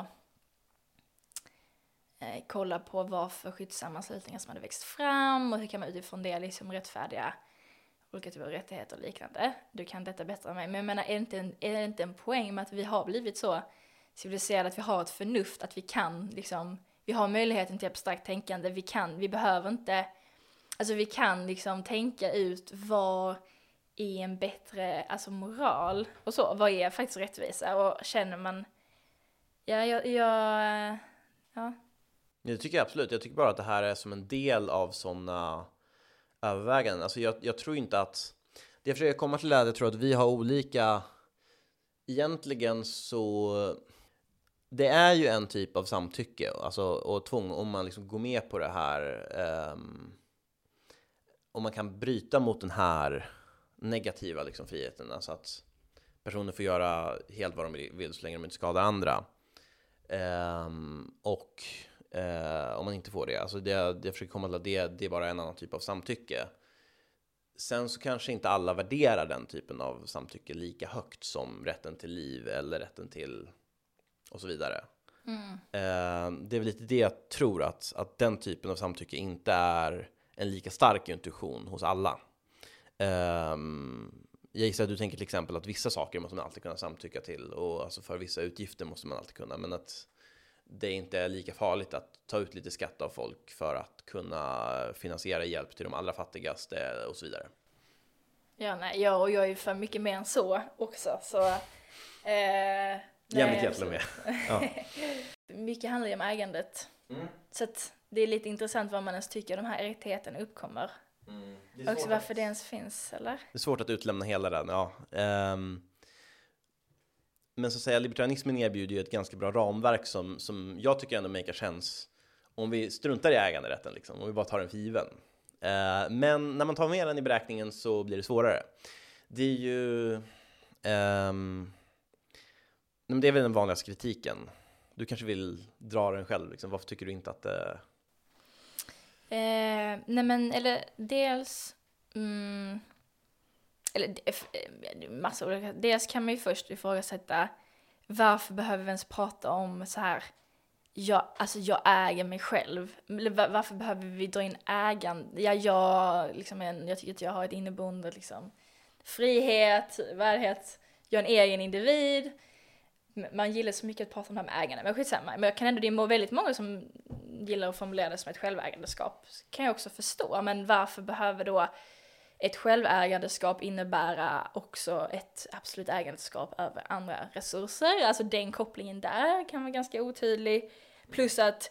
kolla på vad för skyddssammanslutningar som hade växt fram och hur kan man utifrån det liksom rättfärdiga olika typer av rättigheter och liknande. Du kan detta bättre än mig. Men jag menar, är det inte en poäng med att vi har blivit så civiliserade, att vi har ett förnuft, att vi kan liksom, vi har möjligheten till abstrakt tänkande, vi behöver inte, alltså vi kan liksom tänka ut vad är en bättre, alltså moral och så, vad är faktiskt rättvisa, och känner man, ja. Det tycker jag absolut. Jag tycker bara att det här är som en del av sådana överväganden. Alltså jag tror inte att, det jag försöker komma till är att jag tror att vi har olika, egentligen så, det är ju en typ av samtycke alltså, och tvång om man liksom går med på det här, om man kan bryta mot den här negativa liksom, friheten, alltså att personer får göra helt vad de vill så länge de inte skadar andra, och om man inte får det, alltså det försöker komma till att det är bara en annan typ av samtycke. Sen så kanske inte alla värderar den typen av samtycke lika högt som rätten till liv eller rätten till och så vidare. Det är väl lite det jag tror, att den typen av samtycke inte är en lika stark intuition hos alla. Jag gissar att du tänker till exempel att vissa saker måste man alltid kunna samtycka till, och alltså för vissa utgifter måste man alltid kunna, men att det inte är lika farligt att ta ut lite skatt av folk för att kunna finansiera hjälp till de allra fattigaste och så vidare. Ja, nej, och jag är ju för mycket mer än så också, så jämlikhet till och med. Ja. Mycket handlar ju om ägandet. Så att det är lite intressant vad man ens tycker de här rättigheterna uppkommer. Också varför det ens finns, eller? Det är svårt att utlämna hela den, ja. Men så att säga, libertarianismen erbjuder ju ett ganska bra ramverk som jag tycker ändå makar sense om vi struntar i äganderätten liksom, om vi bara tar den för given. Men när man tar med den i beräkningen så blir det svårare. Det är ju men det är väl den vanligaste kritiken. Du kanske vill dra den själv liksom. Varför tycker du inte att nej men, eller dels eller massa olika. Dels kan man ju först ifrågasätta, varför behöver vi ens prata om så här, jag äger mig själv. Varför behöver vi dra in ägande? Jag tycker att jag har ett inneboende liksom, frihet, värdighet, jag är en egen individ. Man gillar så mycket att prata om det här med ägande, men skitsamma. Men jag kan ändå, det är väldigt många som gillar att formulera det som ett självägandeskap. Kan jag också förstå, men varför behöver då ett självägandeskap innebära också ett absolut ägandeskap över andra resurser? Alltså den kopplingen där kan vara ganska otydlig. Plus att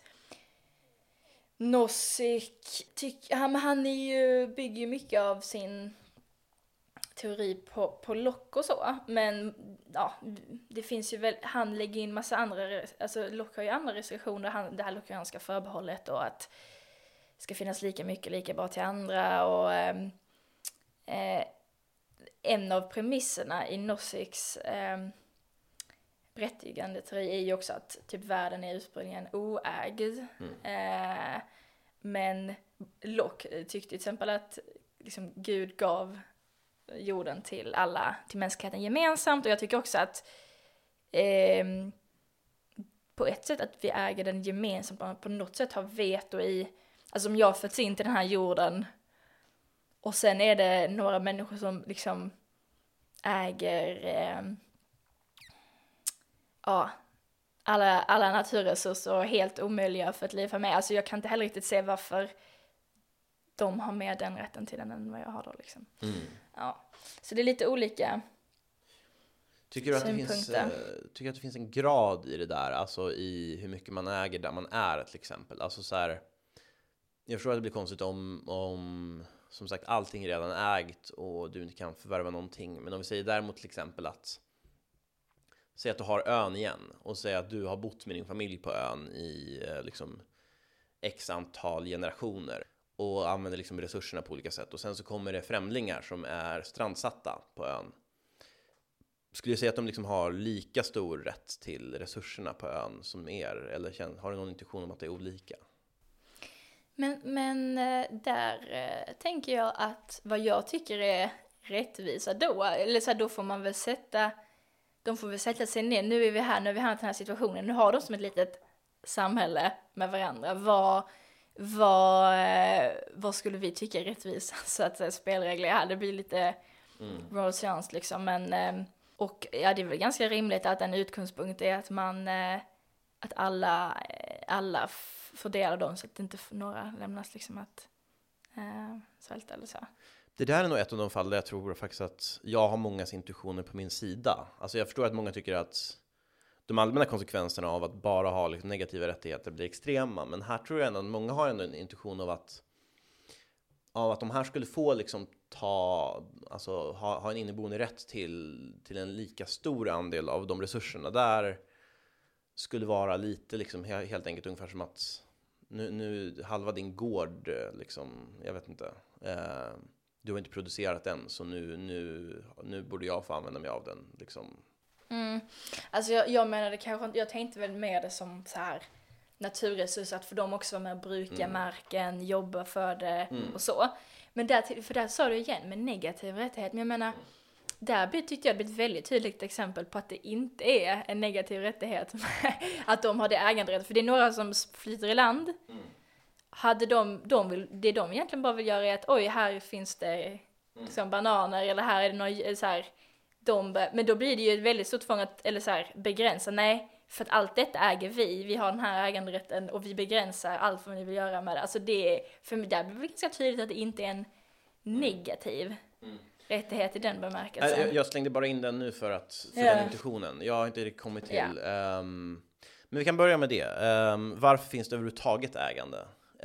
Nozick han bygger ju mycket av sin teori på Locke och så, men ja, det finns ju väl, han lägger in massa andra, alltså Locke har ju andra restriktioner, det här Locke ganska förbehållet, och att det ska finnas lika mycket lika bra till andra, och en av premisserna i Nozicks berättigande teori är ju också att typ världen är ursprungligen oägd. Men Locke tyckte till exempel att liksom Gud gav jorden till mänskligheten gemensamt, och jag tycker också att på ett sätt att vi äger den gemensamt, på något sätt har veto i, alltså om jag föds in till den här jorden och sen är det några människor som liksom äger alla naturresurser och helt omöjliga för ett liv för mig. Alltså jag kan inte heller riktigt se varför de har mer den rätten till den än vad jag har då liksom. Ja. Så det är lite olika. Tycker du att det finns en grad i det där, alltså i hur mycket man äger där man är till exempel? Alltså så här, jag förstår att det blir konstigt om som sagt allting är redan ägt och du inte kan förvärva någonting. Men om vi säger däremot till exempel att säg att du har ön igen och säg att du har bott med din familj på ön i liksom x antal generationer och använder liksom resurserna på olika sätt och sen så kommer det främlingar som är strandsatta på ön. Skulle du säga att de liksom har lika stor rätt till resurserna på ön som er? Eller har du någon intuition om att det är olika? Men där tänker jag att vad jag tycker är rättvisa då, eller så här, då får man väl de får väl sätta sig ner, nu är vi här, nu har vi hamnat i den här situationen, nu har de som ett litet samhälle med varandra, vad skulle vi tycka är rättvisa, så att säga, spelregler här, det blir lite rådstjänst liksom, men och ja, det är väl ganska rimligt att en utgångspunkt är att man att alla fördelar dem så att inte några lämnas liksom att svälta eller så. Det där är nog ett av de fall där jag tror faktiskt att jag har mångas intuitioner på min sida. Alltså jag förstår att många tycker att de allmänna konsekvenserna av att bara ha liksom negativa rättigheter blir extrema. Men här tror jag ändå att många har ändå en intuition av att de här skulle få liksom ha en inneboende rätt till en lika stor andel av de resurserna. Där skulle vara lite liksom helt enkelt ungefär som att nu halva din gård liksom, jag vet inte, du har inte producerat den så nu borde jag få använda mig av den liksom. Alltså jag menade kanske inte, jag tänkte väl mer det som så här naturresurs, att för dem också vara med och bruka marken, jobba för det och så. Men där sa du igen med negativ rättighet, men jag menar där tyckte jag det blev ett väldigt tydligt exempel på att det inte är en negativ rättighet att de har det äganderätt, för det är några som flyter i land. Hade det de egentligen bara vill göra är att oj, här finns det liksom bananer, eller här är det något så här, men då blir det ju ett väldigt stort tvång att, eller så här, begränsa, nej, för att allt detta äger vi har den här äganderätten och vi begränsar allt vad ni vill göra med det. Alltså det, för mig där blir det ganska tydligt att det inte är en negativ rättighet i den bemärkelsen. Jag slängde bara in den nu för den intuitionen. Jag har inte riktigt kommit till. Men vi kan börja med det. Varför finns det överhuvudtaget ägande?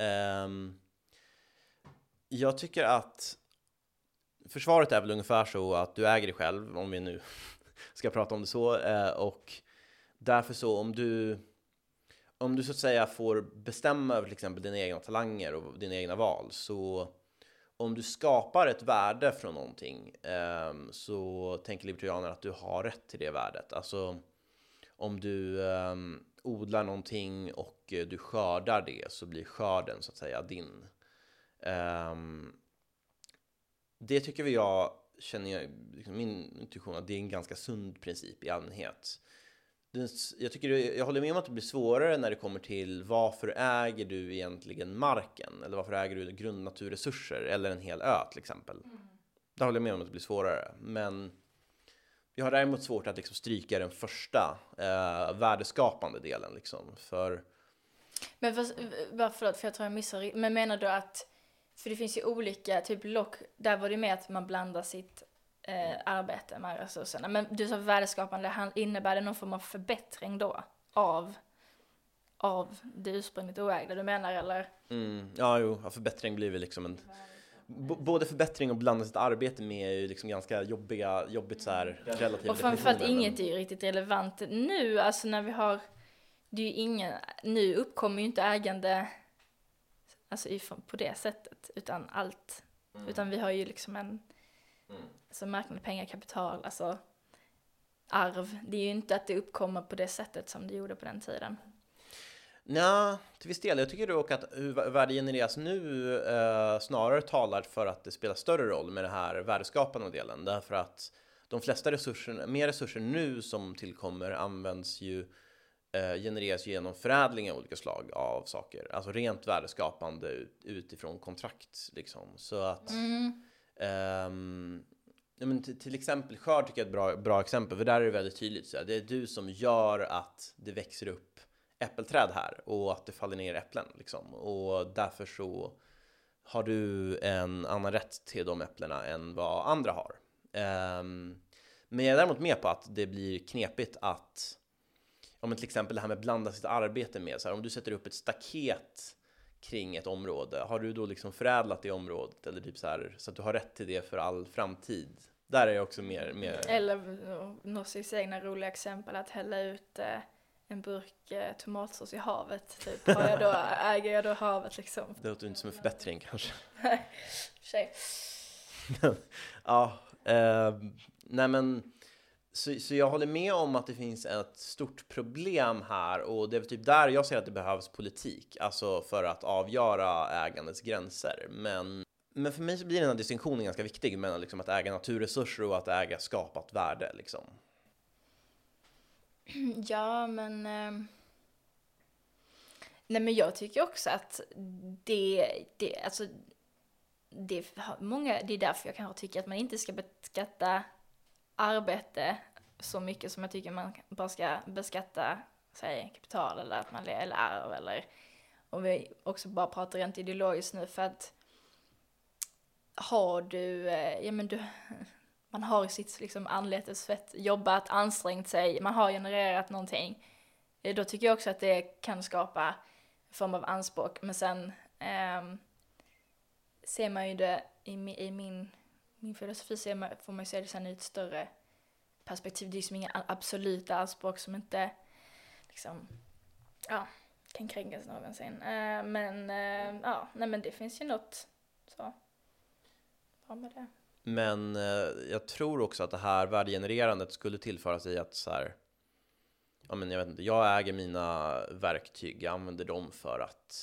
Jag tycker att försvaret är väl ungefär så att du äger dig själv, om vi nu ska prata om det så. Och därför så om du så att säga får bestämma över till exempel dina egna talanger och dina egna val, så om du skapar ett värde från någonting så tänker libertarianer att du har rätt till det värdet. Alltså om du odlar någonting och du skördar det, så blir skörden så att säga din. Det tycker min intuition att det är en ganska sund princip i allmänhet. Jag håller med om att det blir svårare när det kommer till varför äger du egentligen marken, eller varför äger du grundnaturresurser eller en hel ö till exempel. Där håller jag med om att det blir svårare, men jag har däremot svårt att liksom stryka den första värdeskapande delen liksom, Men förlåt, för jag tror jag missar, men menar du att, för det finns ju olika typ där var det med att man blandar sitt arbete med resurserna. Men du sa värdeskapande, innebär det någon form av förbättring då av det ursprungligt oägda du menar, eller? Förbättring blir väl liksom både förbättring och blanda sitt arbete med är ju liksom ganska jobbigt så här relativt. Och framförallt inget är ju riktigt relevant nu, alltså när vi har, det är ju nu uppkommer ju inte ägande alltså på det sättet, utan utan vi har ju liksom alltså marknad, pengar, kapital, alltså arv. Det är ju inte att det uppkommer på det sättet som det gjorde på den tiden. Nej, till viss del. Jag tycker dock att hur värde genereras nu snarare talar för att det spelar större roll med det här värdeskapande delen. Därför att de flesta mer resurser nu som tillkommer används ju genereras genom förädling av olika slag av saker. Alltså rent värdeskapande utifrån kontrakt liksom. Så att men till exempel skörd tycker jag är ett bra exempel, för där är det väldigt tydligt så här, det är du som gör att det växer upp äppelträd här och att det faller ner äpplen liksom, och därför så har du en annan rätt till de äpplena än vad andra har. Men jag är däremot med på att det blir knepigt att, om till exempel det här med att blanda sitt arbete med, så här, om du sätter upp ett staket kring ett område, har du då liksom förädlat det området eller typ så här, så att du har rätt till det för all framtid? Där är jag också mer... Eller Nossigs egna roliga exempel att hälla ut en burk tomatsås i havet. Typ. Äger jag då havet liksom? Det låter inte som en förbättring kanske. Tjej. Ja, nej men så jag håller med om att det finns ett stort problem här, och det är typ där jag ser att det behövs politik, alltså för att avgöra ägandets gränser. Men för mig så blir den här distinktionen ganska viktig mellan liksom att äga naturresurser och att äga skapat värde liksom. Ja, men nej, men jag tycker också att det är därför jag kanske tycker att man inte ska beskatta arbete så mycket som jag tycker man bara ska beskatta, säg, kapital eller att man eller arv, eller om vi också bara pratar rent ideologiskt nu, för att har du man har i sitt liksom anletes svett jobbat, ansträngt sig, man har genererat någonting, då tycker jag också att det kan skapa en form av anspråk. Men sen ser man ju det i min filosofi, får man ju se det sen i ett större perspektiv. Det är som inga absoluta anspråk som inte liksom, kan kränkas någonsin. Men det finns ju något så bra med det. Men jag tror också att det här värdegenererandet skulle tillföra sig att så här, jag vet inte, jag äger mina verktyg, jag använder dem för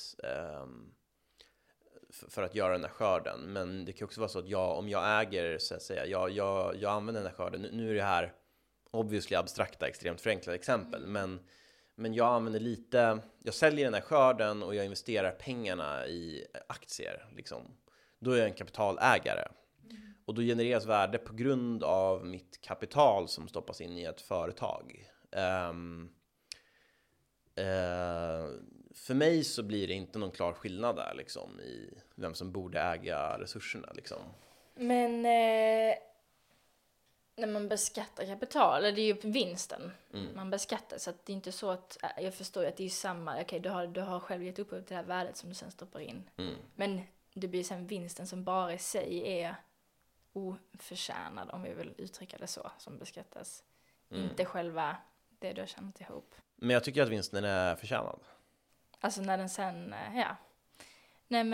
att göra den här skörden. Men det kan också vara så att om jag äger, så att säga, jag använder den här skörden. Nu är det här obviously abstrakta, extremt förenklade exempel, men jag använder jag säljer den här skörden och jag investerar pengarna i aktier liksom. Då är jag en kapitalägare. Och då genereras värde på grund av mitt kapital som stoppas in i ett företag. För mig så blir det inte någon klar skillnad där liksom, i vem som borde äga resurserna liksom. Men när man beskattar kapital, det är ju vinsten man beskattar, så att det är inte så att, jag förstår att det är samma, okej, du har själv gett upp till det här värdet som du sen stoppar in. Men det blir sen vinsten som bara i sig är oförtjänad, om vi vill uttrycka det så, som beskattas. Inte själva det du har tjänat ihop. Men jag tycker att vinsten är förtjänad. Alltså när den sen, Nej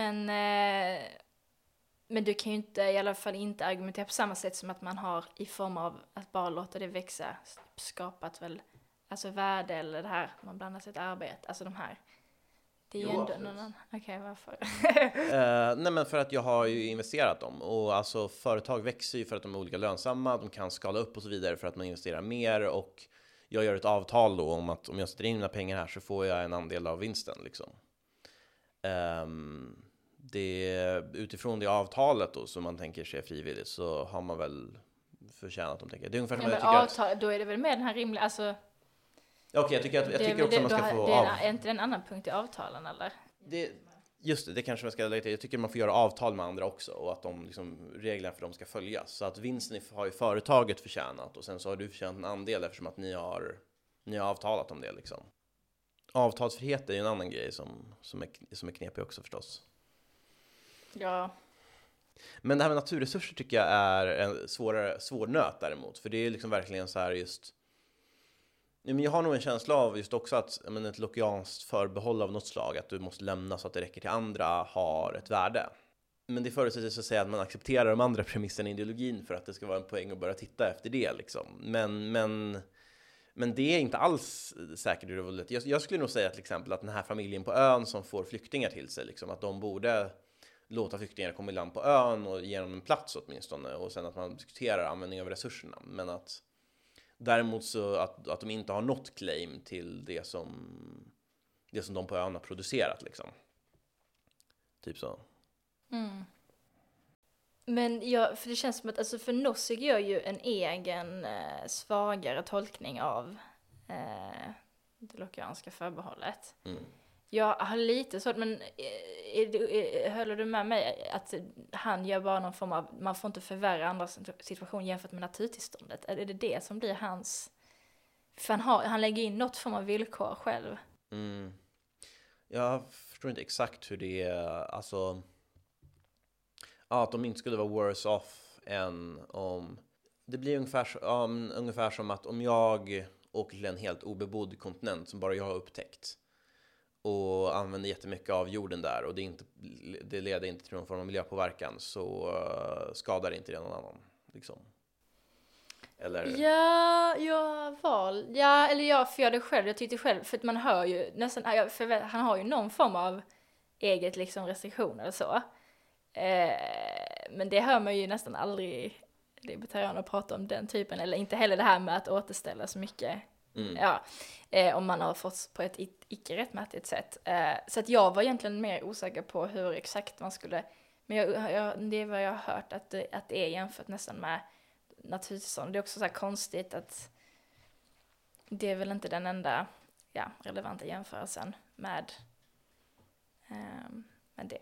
men du kan ju inte, i alla fall inte argumentera på samma sätt som att man har i form av att bara låta det växa skapat väl, alltså värde, eller det här, man blandar sitt arbete, alltså de här. Det är ju ändå någon annan. Okej, varför? Nej, men för att jag har ju investerat dem. Och alltså företag växer ju för att de är olika lönsamma. De kan skala upp och så vidare för att man investerar mer. Och jag gör ett avtal då om att om jag sätter in mina pengar här så får jag en andel av vinsten liksom. Utifrån det avtalet då, som man tänker sig frivilligt, så har man väl förtjänat dem, tänker jag. Det är ungefär som jag tycker då är det väl med den här rimliga, alltså. Okej, jag tycker också att man ska få är inte en annan punkt i avtalen, eller? Det kanske man ska lägga till. Jag tycker man får göra avtal med andra också, och att reglerna för dem ska följas. Så att vinsten har ju företaget förtjänat, och sen så har du förtjänat en andel eftersom att ni har avtalat om det liksom. Avtalsfrihet är ju en annan grej som är knepig också förstås. Ja. Men det här med naturresurser tycker jag är en svår nöt däremot. För det är liksom verkligen så här just. Men jag har nog en känsla av just också att ett lockeanskt förbehåll av något slag, att du måste lämna så att det räcker till andra, har ett värde. Men det förutsätter så att säga att man accepterar de andra premisserna i ideologin för att det ska vara en poäng att börja titta efter det liksom. Men det är inte alls säkert hur det var lätt. Jag skulle nog säga till exempel att den här familjen på ön som får flyktingar till sig liksom, att de borde låta flyktingar komma i land på ön och ge dem en plats åtminstone, och sen att man diskuterar användning av resurserna. Men att däremot så att de inte har något claim till det som de på ön har producerat liksom. Typ så. Men för det känns som att, alltså, för Nossig gör ju en egen svagare tolkning av det lockeanska förbehållet. Jag har lite så, men håller du med mig att han gör bara någon form av, man får inte förvärra andras situation jämfört med naturtillståndet? Är det som blir hans, för han lägger in något form av villkor själv? Jag förstår inte exakt hur det är, alltså att de inte skulle vara worse off än om, det blir ungefär som att om jag åker till en helt obebodd kontinent som bara jag har upptäckt och använder jättemycket av jorden där och det leder inte till någon form av miljöpåverkan, så skadar inte det någon annan liksom. Eller? För jag det själv, jag tyckte själv, för att man hör ju nästan, han har ju någon form av eget liksom restriktioner och så. Men det hör man ju nästan aldrig libertarianer prata om den typen, eller inte heller det här med att återställa så mycket. Om man har fått på ett icke rättmätigt sätt. Så att jag var egentligen mer osäker på hur exakt man skulle, men det är vad jag har hört att det är jämfört nästan med naturtillstånd. Det är också så här konstigt att det är väl inte den enda relevanta jämförelsen med det.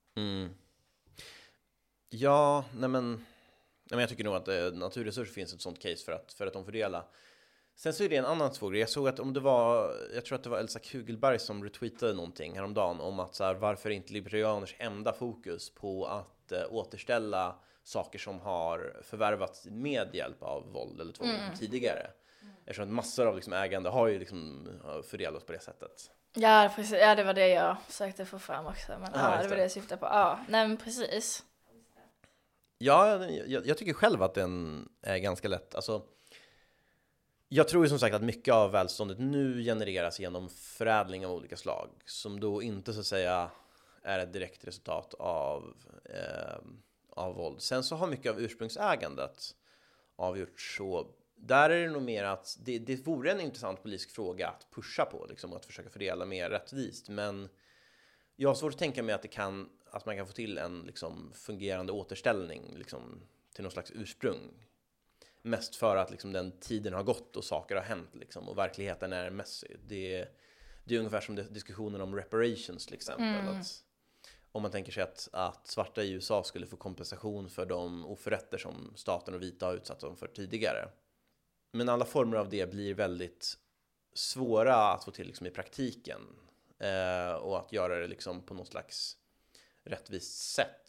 Ja, men jag tycker nog att naturresurser finns ett sånt case för att omfördela. Sen så är det en annan fråga. Jag såg att jag tror att det var Elsa Kugelberg som retweetade någonting häromdagen om att så här, varför inte libertarianers enda fokus på att återställa saker som har förvärvats med hjälp av våld eller tvång tidigare. Eftersom att massor av liksom ägande har ju liksom fördelats på det sättet. Ja, precis. Ja, det var det jag försökte få fram också. Men det var det jag syftade på. Ja, nej men precis. Ja, jag tycker själv att den är ganska lätt. Alltså, jag tror ju som sagt att mycket av välståndet nu genereras genom förädling av olika slag, som då inte så att säga är ett direkt resultat av våld. Sen så har mycket av ursprungsägandet avgjorts så. Där är det nog mer att det vore en intressant politisk fråga att pusha på, liksom, att försöka fördela mer rättvist. Men jag har svårt att tänka mig att man kan få till en liksom fungerande återställning liksom, till någon slags ursprung. Mest för att liksom, den tiden har gått och saker har hänt liksom, och verkligheten är mässig. Det är ungefär som diskussionen om reparations till exempel. Att, om man tänker sig att svarta i USA skulle få kompensation för de oförrätter som staten och vita har utsatt dem för tidigare. Men alla former av det blir väldigt svåra att få till liksom, i praktiken. Och att göra det liksom, på något slags rättvist sätt.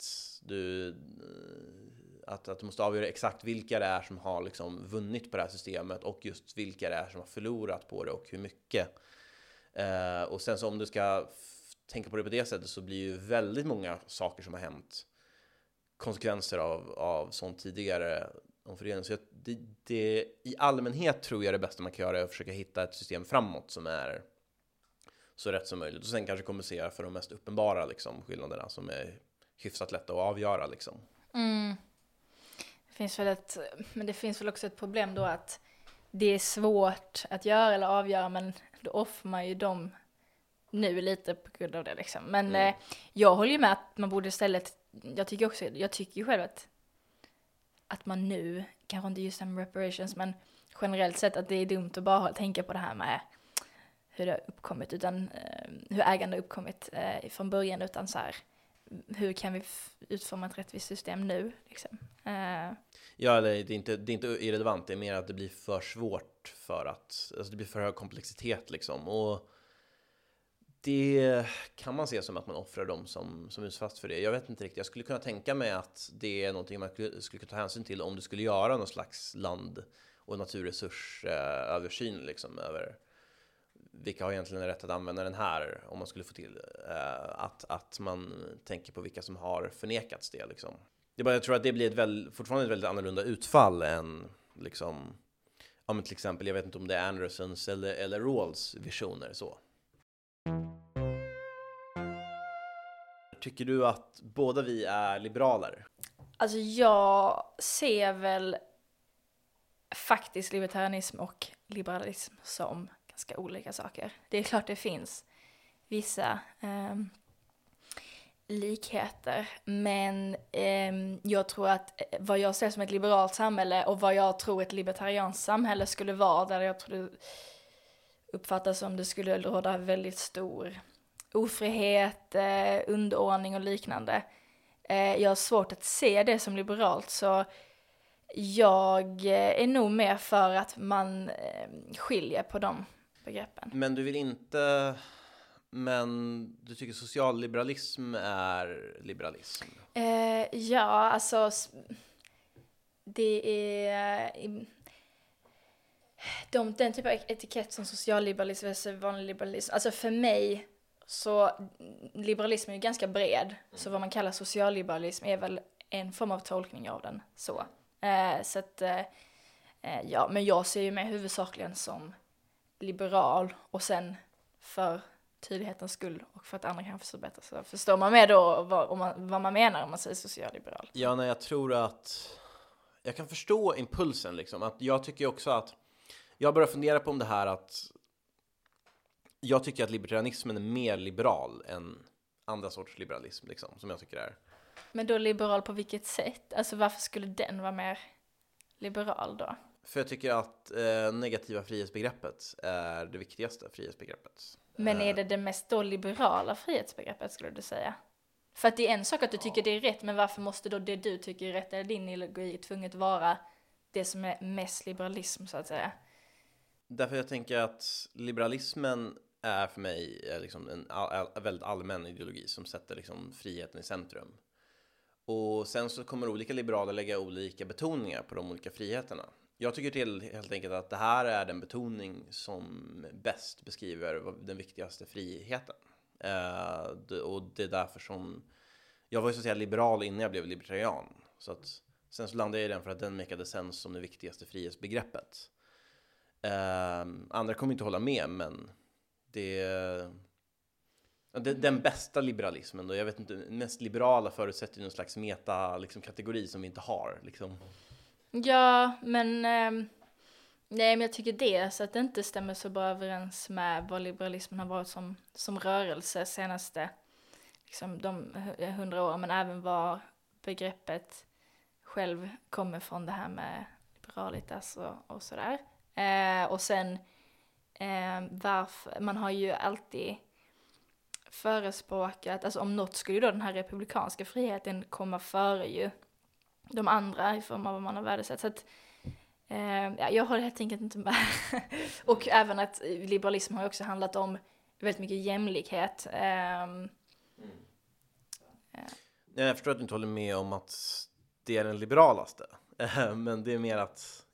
Att du måste avgöra exakt vilka det är som har liksom, vunnit på det här systemet och just vilka det är som har förlorat på det och hur mycket. Och sen så om du ska tänka på det på det sättet så blir ju väldigt många saker som har hänt konsekvenser av sånt tidigare omfördelning. Så det i allmänhet tror jag det bästa man kan göra är att försöka hitta ett system framåt som är så rätt som möjligt. Och sen kanske kompensera för de mest uppenbara liksom, skillnaderna som är hyfsat lätta att avgöra. Liksom. Men det finns väl också ett problem då att det är svårt att göra eller avgöra, men då offrar man ju dem nu lite på grund av det. Liksom. Men jag håller ju med att man borde istället, jag tycker ju själv att man nu, kanske inte just med reparations, men generellt sett att det är dumt att bara tänka på det här med hur det har uppkommit, utan hur ägande har uppkommit från början, utan så här, hur kan vi utforma ett rättvist system nu liksom. Ja, det är inte irrelevant, det är mer att det blir för svårt för att, alltså det blir för hög komplexitet liksom, och det kan man se som att man offrar dem som utfast för det. Jag vet inte riktigt, jag skulle kunna tänka mig att det är någonting man skulle kunna ta hänsyn till om du skulle göra någon slags land- och naturresursöversyn liksom, över vilka har egentligen rätt att använda den här, om man skulle få till att man tänker på vilka som har förnekats det liksom. Jag tror att det blir fortfarande ett väldigt annorlunda utfall än liksom, ja, men till exempel, jag vet inte om det är Andersons eller Rawls visioner så. Tycker du att båda vi är liberaler? Alltså jag ser väl faktiskt libertarianism och liberalism som ganska olika saker. Det är klart det finns vissa likheter, men jag tror att vad jag ser som ett liberalt samhälle och vad jag tror ett libertarianskt samhälle skulle vara, där jag tror det uppfattas som det skulle råda väldigt stor ofrihet, underordning och liknande. Jag har svårt att se det som liberalt, så jag är nog mer för att man skiljer på de begreppen. Men du tycker socialliberalism är liberalism? Ja, alltså det är den typ av etikett som socialliberalism versus vanlig liberalism. Alltså för mig så liberalism är ju ganska bred, så vad man kallar socialliberalism är väl en form av tolkning av den så. Så att ja, men jag ser ju mig huvudsakligen som liberal, och sen för tydlighetens skull och för att andra kan förstå bättre så förstår man mer då vad man menar om man säger socialliberal. Ja, nej, jag tror att jag kan förstå impulsen liksom. Att jag tycker också att jag börjar fundera på om det här att jag tycker att libertarianismen är mer liberal än andra sorts liberalism liksom, som jag tycker är. Men då liberal på vilket sätt? Alltså varför skulle den vara mer liberal då? För jag tycker att negativa frihetsbegreppet är det viktigaste frihetsbegreppet. Men är det mest då liberala frihetsbegreppet skulle du säga? För att det är en sak att du tycker det är rätt, men varför måste då det du tycker är rätt eller din ideologi tvunget vara det som är mest liberalism så att säga? Därför jag tänker att liberalismen är för mig liksom en väldigt allmän ideologi som sätter liksom friheten i centrum. Och sen så kommer olika liberaler lägga olika betoningar på de olika friheterna. Jag tycker helt enkelt att det här är den betoning som bäst beskriver den viktigaste friheten. Och det är därför som jag var ju så att säga liberal innan jag blev libertarian. Så att sen så landade jag i den för att den makade sens som det viktigaste frihetsbegreppet. Andra kommer inte hålla med, men det är den bästa liberalismen. Och jag vet inte, mest liberala förutsätter någon slags meta liksom, kategori som vi inte har. Liksom. Ja, men nej, men jag tycker det så att det inte stämmer så bra överens med vad liberalismen har varit som rörelse senaste liksom, de 100 år, men även vad begreppet själv kommer från det här med liberalitas och sådär. Och sen varför, man har ju alltid förespråkat, alltså om något skulle ju då den här republikanska friheten komma före ju de andra i form av vad man har värdesatt. Så att ja, jag har helt enkelt inte med. Och även att liberalism har ju också handlat om väldigt mycket jämlikhet. Jag förstår att du inte håller med om att det är den liberalaste. Men det är mer att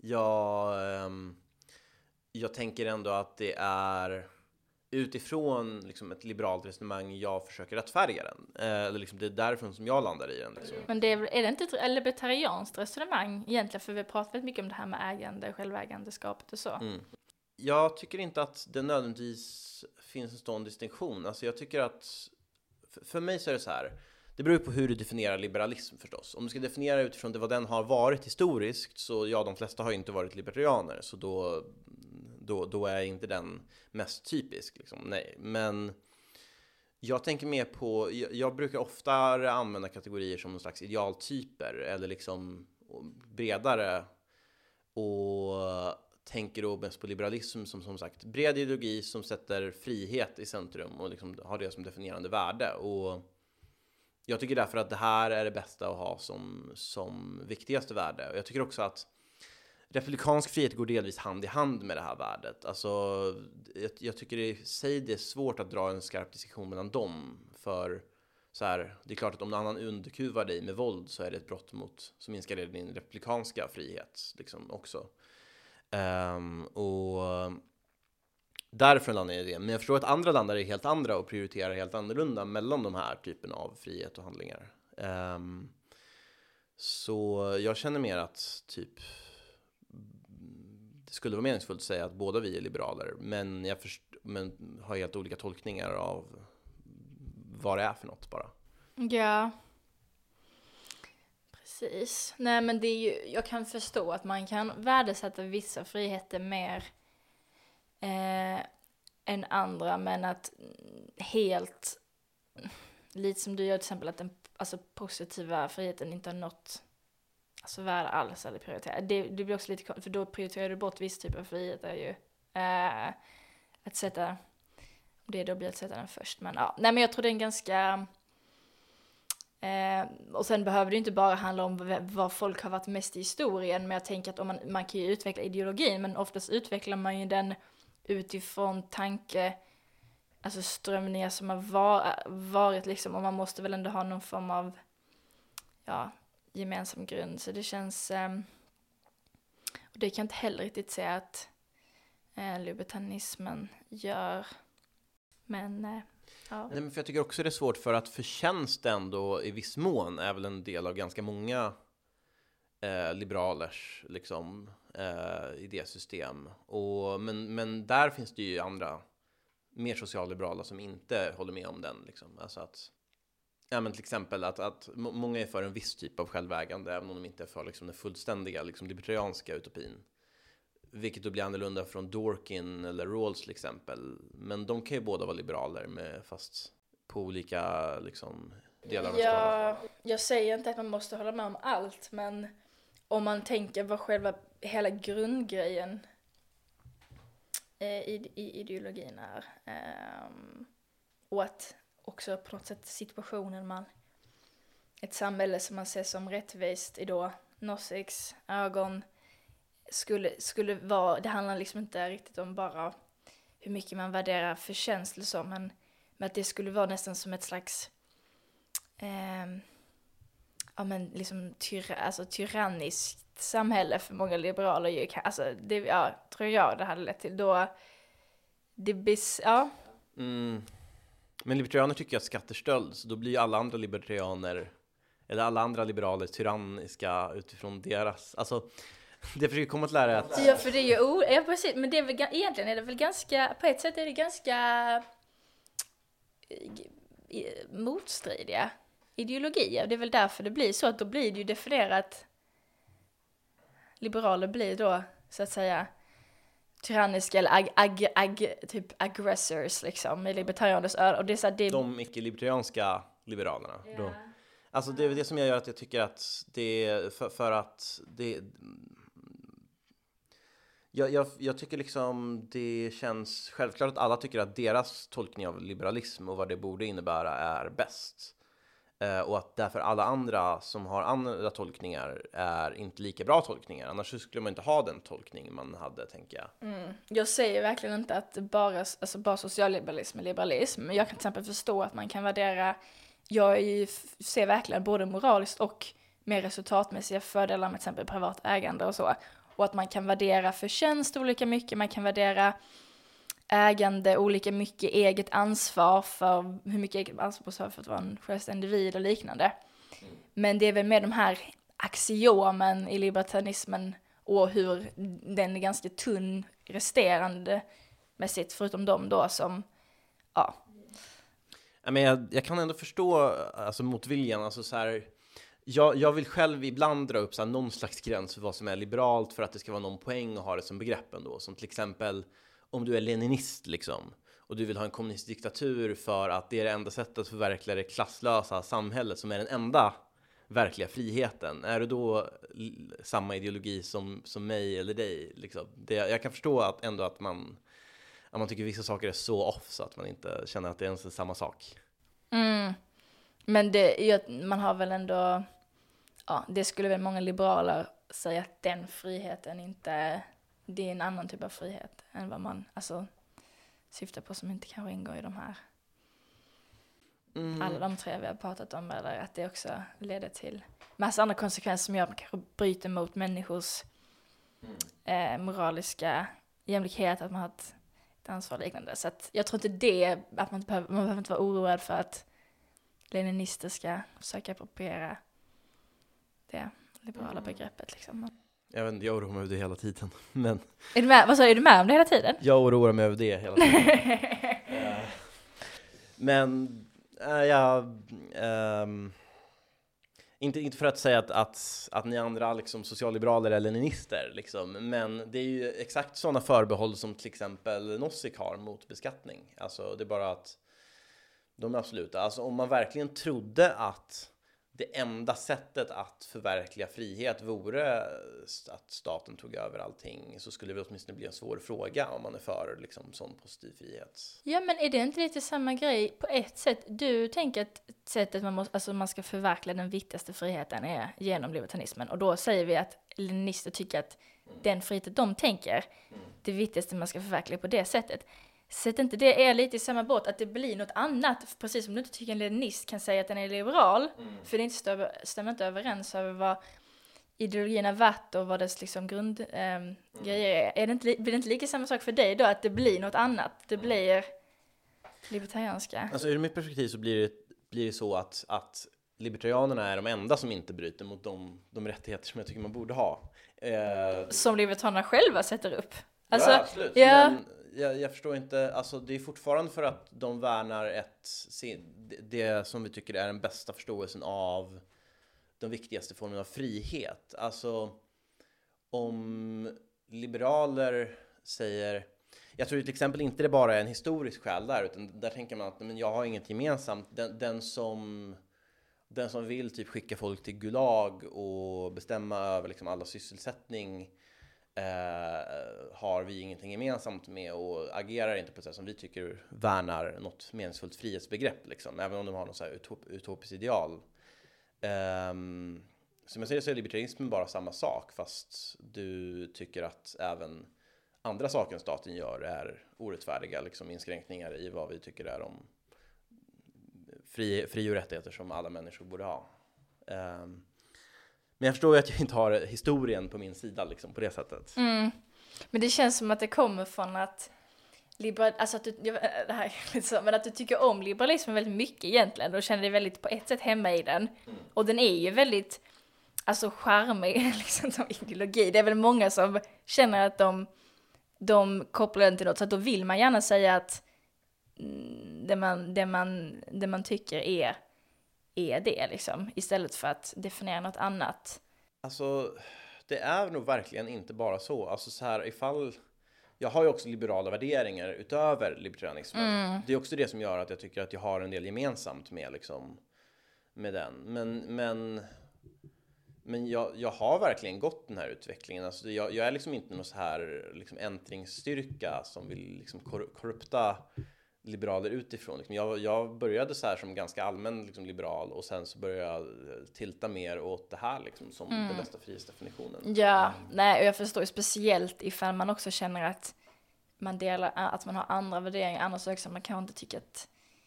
jag tänker ändå att det är utifrån liksom, ett liberalt resonemang jag försöker rättfärdiga den. Eller liksom, det är därifrån som jag landar i den. Liksom. Men är det inte ett libertarianskt resonemang egentligen? För vi pratar väldigt mycket om det här med ägande, självägandeskapet och så. Jag tycker inte att det nödvändigtvis finns en sån distinktion. Alltså jag tycker att för mig så är det så här. Det beror på hur du definierar liberalism förstås. Om du ska definiera utifrån vad den har varit historiskt, så ja, de flesta har ju inte varit libertarianer, så då är inte den mest typisk liksom. Nej, men jag tänker mer på, jag brukar ofta använda kategorier som någon slags idealtyper eller liksom bredare, och tänker då mest på liberalism som sagt bred ideologi som sätter frihet i centrum och liksom har det som definierande värde. Och jag tycker därför att det här är det bästa att ha som viktigaste värde. Och jag tycker också att republikansk frihet går delvis hand i hand med det här värdet. Alltså, jag tycker det är svårt att dra en skarp distinktion mellan dem. För så här, det är klart att om någon annan underkuvar dig med våld så är det ett brott mot, så minskar det din republikanska frihet liksom också. Och därför landar jag i det. Men jag förstår att andra landar i helt andra och prioriterar helt annorlunda mellan de här typen av frihet och handlingar. Så jag känner mer att typ det skulle vara meningsfullt att säga att båda vi är liberaler, men men har helt olika tolkningar av vad det är för något bara. Ja. Precis. Nej, men det är ju, jag kan förstå att man kan värdesätta vissa friheter mer än andra, men att helt lite som du gör till exempel att den alltså positiva friheten inte har nått alltså värde alls eller prioritera. Det blir också lite för då prioriterar du bort viss typ av frihet är ju att sätta det då blir att sätta den först. Men ja, nej, men jag tror det är en ganska... och sen behöver det inte bara handla om vad folk har varit mest i historien, men jag tänker att om man kan ju utveckla ideologin, men oftast utvecklar man ju den utifrån tanke, alltså strömningar som har varit liksom, och man måste väl ändå ha någon form av gemensam grund. Så det känns, och det kan jag inte heller riktigt säga att libertarianismen gör, men ja. Nej, men för jag tycker också det är svårt, för att förtjänst ändå i viss mån är väl en del av ganska många liberalers liksom, idésystem. Men där finns det ju andra mer socialliberala som inte håller med om den. Liksom. Alltså att, men till exempel att många är för en viss typ av självägande, även om de inte är för liksom, den fullständiga liksom, libertarianska utopin. Vilket då blir annorlunda från Dworkin eller Rawls till exempel. Men de kan ju båda vara liberaler, fast på olika liksom, delar av skalan. Jag säger inte att man måste hålla med om allt, men om man tänker vad själva hela grundgrejen i ideologin är. Och att också på något sätt situationen ett samhälle som man ser som rättvist i då Nozicks ögon skulle vara, det handlar liksom inte riktigt om bara hur mycket man värderar förtjänst så, men att det skulle vara nästan som ett slags liksom tyranniskt samhälle för många liberaler ju, alltså det tror jag det hade lett till då det Men libertarianer tycker att skattestöld, så då blir ju alla andra libertarianer eller alla andra liberaler tyranniska utifrån deras, alltså det försöker komma att lära att... Ja, för det är ju precis, men det är väl, egentligen är det väl ganska, på ett sätt är det ganska motstridiga ideologier. Det är väl därför det blir så, att då blir det ju definierat, liberaler blir då så att säga tyranniska eller typ aggressors liksom i libertarianers öron, och det är så att det... De icke-libertarianska liberalerna. Yeah. Då. Alltså det är det som gör att jag tycker att det är för att det... Jag tycker liksom det känns självklart att alla tycker att deras tolkning av liberalism och vad det borde innebära är bäst. Och att därför alla andra som har andra tolkningar är inte lika bra tolkningar. Annars skulle man inte ha den tolkning man hade, tänker jag. Jag säger verkligen inte att bara socialliberalism är liberalism. Men jag kan till exempel förstå att man kan värdera... Jag ser verkligen både moraliskt och mer resultatmässiga fördelar med till exempel privat ägande och så. Och att man kan värdera förtjänst olika mycket. Man kan värdera ägande olika mycket, eget ansvar för hur mycket eget ansvar för att vara en självständig individ och liknande. Men det är väl med de här axiomen i libertarianismen och hur den är ganska tunn resterande mässigt, förutom dem då som, ja. Men jag kan ändå förstå alltså, motviljan, alltså så här... Jag vill själv ibland dra upp så här, någon slags gräns för vad som är liberalt för att det ska vara någon poäng att ha det som begrepp ändå. Som till exempel om du är leninist liksom, och du vill ha en kommunistisk diktatur för att det är det enda sättet att förverkliga det klasslösa samhället som är den enda verkliga friheten. Är det då samma ideologi som mig eller dig? Liksom? Jag kan förstå att man tycker vissa saker är så off så att man inte känner att det ens är samma sak. Men man har väl ändå, det skulle väl många liberaler säga att den friheten inte, det är en annan typ av frihet än vad man syftar på, som inte kanske ingår i de här alla de tre vi har pratat om, eller att det också leder till massa andra konsekvenser som gör att man kanske bryter mot människors moraliska jämlikhet, att man har ett ansvar liknande. Så att jag tror inte det, att man behöver inte vara oroad för att leninister ska försöka appropriera det liberala begreppet liksom. Jag vet inte, jag oroar mig över det hela tiden. Men... Är du med om det hela tiden? Jag oroar mig över det hela tiden. Men inte för att säga att ni andra liksom, socialliberaler är leninister, liksom, men det är ju exakt sådana förbehåll som till exempel Nozick har mot beskattning. Alltså det är bara att de är absoluta. Alltså om man verkligen trodde att det enda sättet att förverkliga frihet vore att staten tog över allting, så skulle det åtminstone bli en svår fråga om man är för liksom sån positiv frihet. Ja, men är det inte lite samma grej på ett sätt? Du tänker att sättet man ska förverkliga den viktigaste friheten är genom libertarismen. Och då säger vi att leninister tycker att den frihet de tänker, det viktigaste man ska förverkliga på det sättet. Så att inte det är lite i samma båt, att det blir något annat. Precis som du inte tycker en leninist kan säga att den är liberal. För det stämmer inte överens över vad ideologin har varit och vad dess liksom grundgrejer är. Blir det inte lika samma sak för dig då, att det blir något annat? Det blir libertarianska. Alltså ur mitt perspektiv så blir det så att libertarianerna är de enda som inte bryter mot de rättigheter som jag tycker man borde ha. Som libertarianerna själva sätter upp. Alltså, ja, absolut. Ja. Men jag förstår inte, alltså det är fortfarande för att de värnar det som vi tycker är den bästa förståelsen av de viktigaste formerna av frihet. Alltså om liberaler säger, jag tror till exempel inte det bara är en historisk skäl där, utan där tänker man att men jag har inget gemensamt. Den som vill typ skicka folk till Gulag och bestämma över liksom alla sysselsättning har vi ingenting gemensamt med och agerar inte på ett sätt som vi tycker värnar något meningsfullt frihetsbegrepp liksom, även om de har något så här utopiskt ideal. Som jag säger så är libertarismen bara samma sak, fast du tycker att även andra saker staten gör är orättfärdiga liksom, inskränkningar i vad vi tycker är om fri och rättigheter som alla människor borde ha. Men jag förstår ju att jag inte har historien på min sida liksom, på det sättet. Men det känns som att det kommer från att alltså att det här är lite så, men att du tycker om liberalismen väldigt mycket egentligen. Och känner dig väldigt på ett sätt hemma i den. Och den är ju väldigt alltså charmig liksom, som ideologi. Det är väl många som känner att de kopplar den till något. Så att då vill man gärna säga att det man tycker är det liksom, istället för att definiera något annat. Alltså det är nog verkligen inte bara så. Alltså så här, jag har ju också liberala värderingar utöver libertarianismen. Det är också det som gör att jag tycker att jag har en del gemensamt med den. Men jag har verkligen gått den här utvecklingen. Alltså jag är liksom inte någon så här liksom äntringsstyrka som vill liksom korrupta liberaler utifrån. Liksom jag började så här som ganska allmän liksom liberal, och sen så började jag tilta mer åt det här liksom, som den bästa frihetsdefinitionen. Ja, nej, och jag förstår speciellt ifall man också känner att man delar, att man har andra värderingar, andra saker som man kanske inte tycker att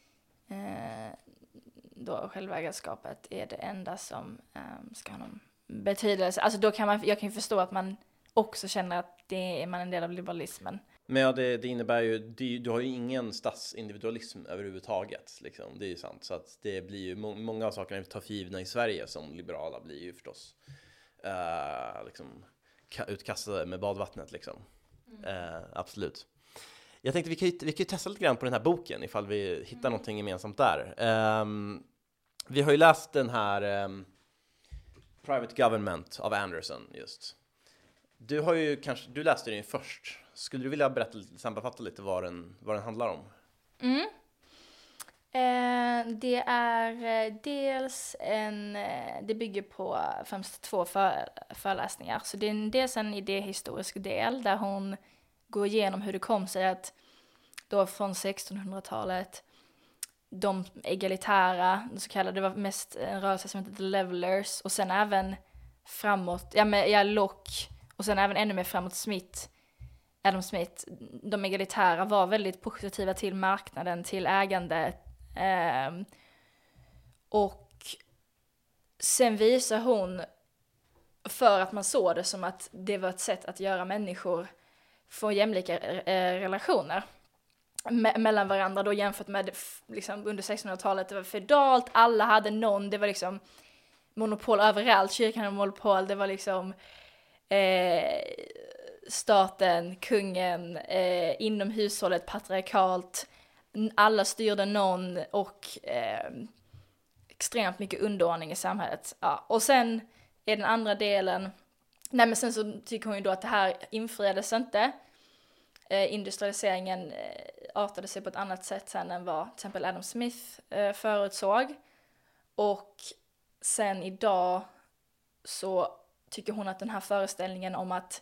då självägarskapet är det enda som ska ha någon betydelse. Alltså då kan jag kan ju förstå att man också känner att det är man en del av liberalismen. Men ja, det innebär ju, du har ju ingen statsindividualism överhuvudtaget liksom, det är ju sant. Så att det blir ju många av sakerna vi tar för givna i Sverige som liberala blir ju förstås liksom utkastade med badvattnet liksom. Absolut. Jag tänkte vi kan ju testa lite grann på den här boken ifall vi hittar någonting gemensamt där. Vi har ju läst den här Private Government av Anderson just. Du läste den ju först. Skulle du vilja sammanfatta lite vad den handlar om? Det är dels det bygger på främst 2 föreläsningar. Så det är dels en idéhistorisk del där hon går igenom hur det kom sig att då från 1600-talet de egalitära, så kallade, det var mest en rörelse som hette The Levelers, och sen även framåt, Locke, och sen även ännu mer framåt Adam Smith, de egalitära var väldigt positiva till marknaden, till ägandet. Och sen visar hon, för att man såg det som att det var ett sätt att göra människor få jämlika relationer mellan varandra då, jämfört med liksom, under 1600-talet. Det var feudalt, alla hade någon, det var liksom monopol överallt, kyrkan hade monopol, det var liksom staten, kungen, inom hushållet, patriarkalt, alla styrde någon, och extremt mycket underordning i samhället. Ja. Och sen är den andra delen, men sen så tycker hon ju då att det här infriades inte. Industrialiseringen artade sig på ett annat sätt sen än vad till exempel Adam Smith förutsåg. Och sen idag så tycker hon att den här föreställningen om att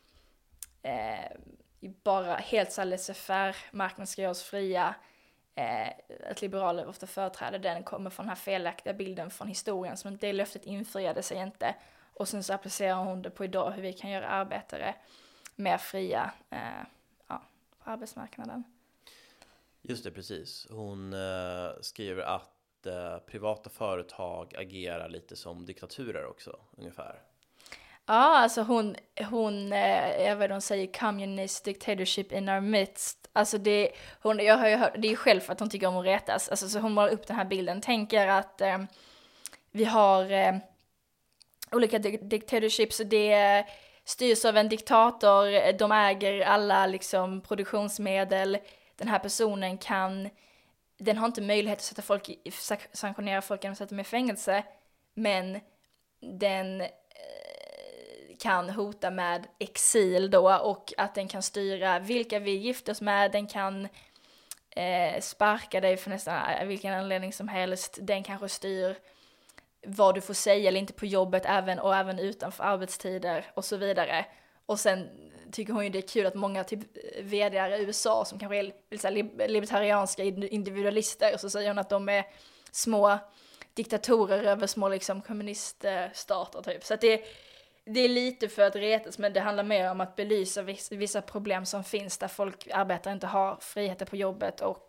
bara helt så laissez-faire marknaden ska göra oss fria, att liberaler ofta företräder den, kommer från den här felaktiga bilden från historien, som det löftet infriade sig inte. Och sen så applicerar hon det på idag, hur vi kan göra arbetare mer fria på arbetsmarknaden. Just det, precis. Hon skriver att privata företag agerar lite som diktaturer också, ungefär. Ja, alltså hon jag vet inte, hon säger communist dictatorship in our midst. Alltså jag har ju hört, det är ju själv för att hon tycker om att retas. Alltså så hon målar upp den här bilden, tänker att vi har olika dictatorships, det styrs av en diktator, de äger alla liksom produktionsmedel. Den här personen den har inte möjlighet att sanktionera folk genom att sätta dem i fängelse, men den kan hota med exil då, och att den kan styra vilka vi gifter oss med, den kan sparka dig för nästan vilken anledning som helst, den kanske styr vad du får säga eller inte på jobbet, även utanför arbetstider och så vidare. Och sen tycker hon ju det är kul att många typ vd:ar i USA som kanske är libertarianska individualister, och så säger hon att de är små diktatorer över små liksom kommuniststater typ. Så att det är lite för att retas, men det handlar mer om att belysa vissa problem som finns där folk arbetare inte har friheter på jobbet och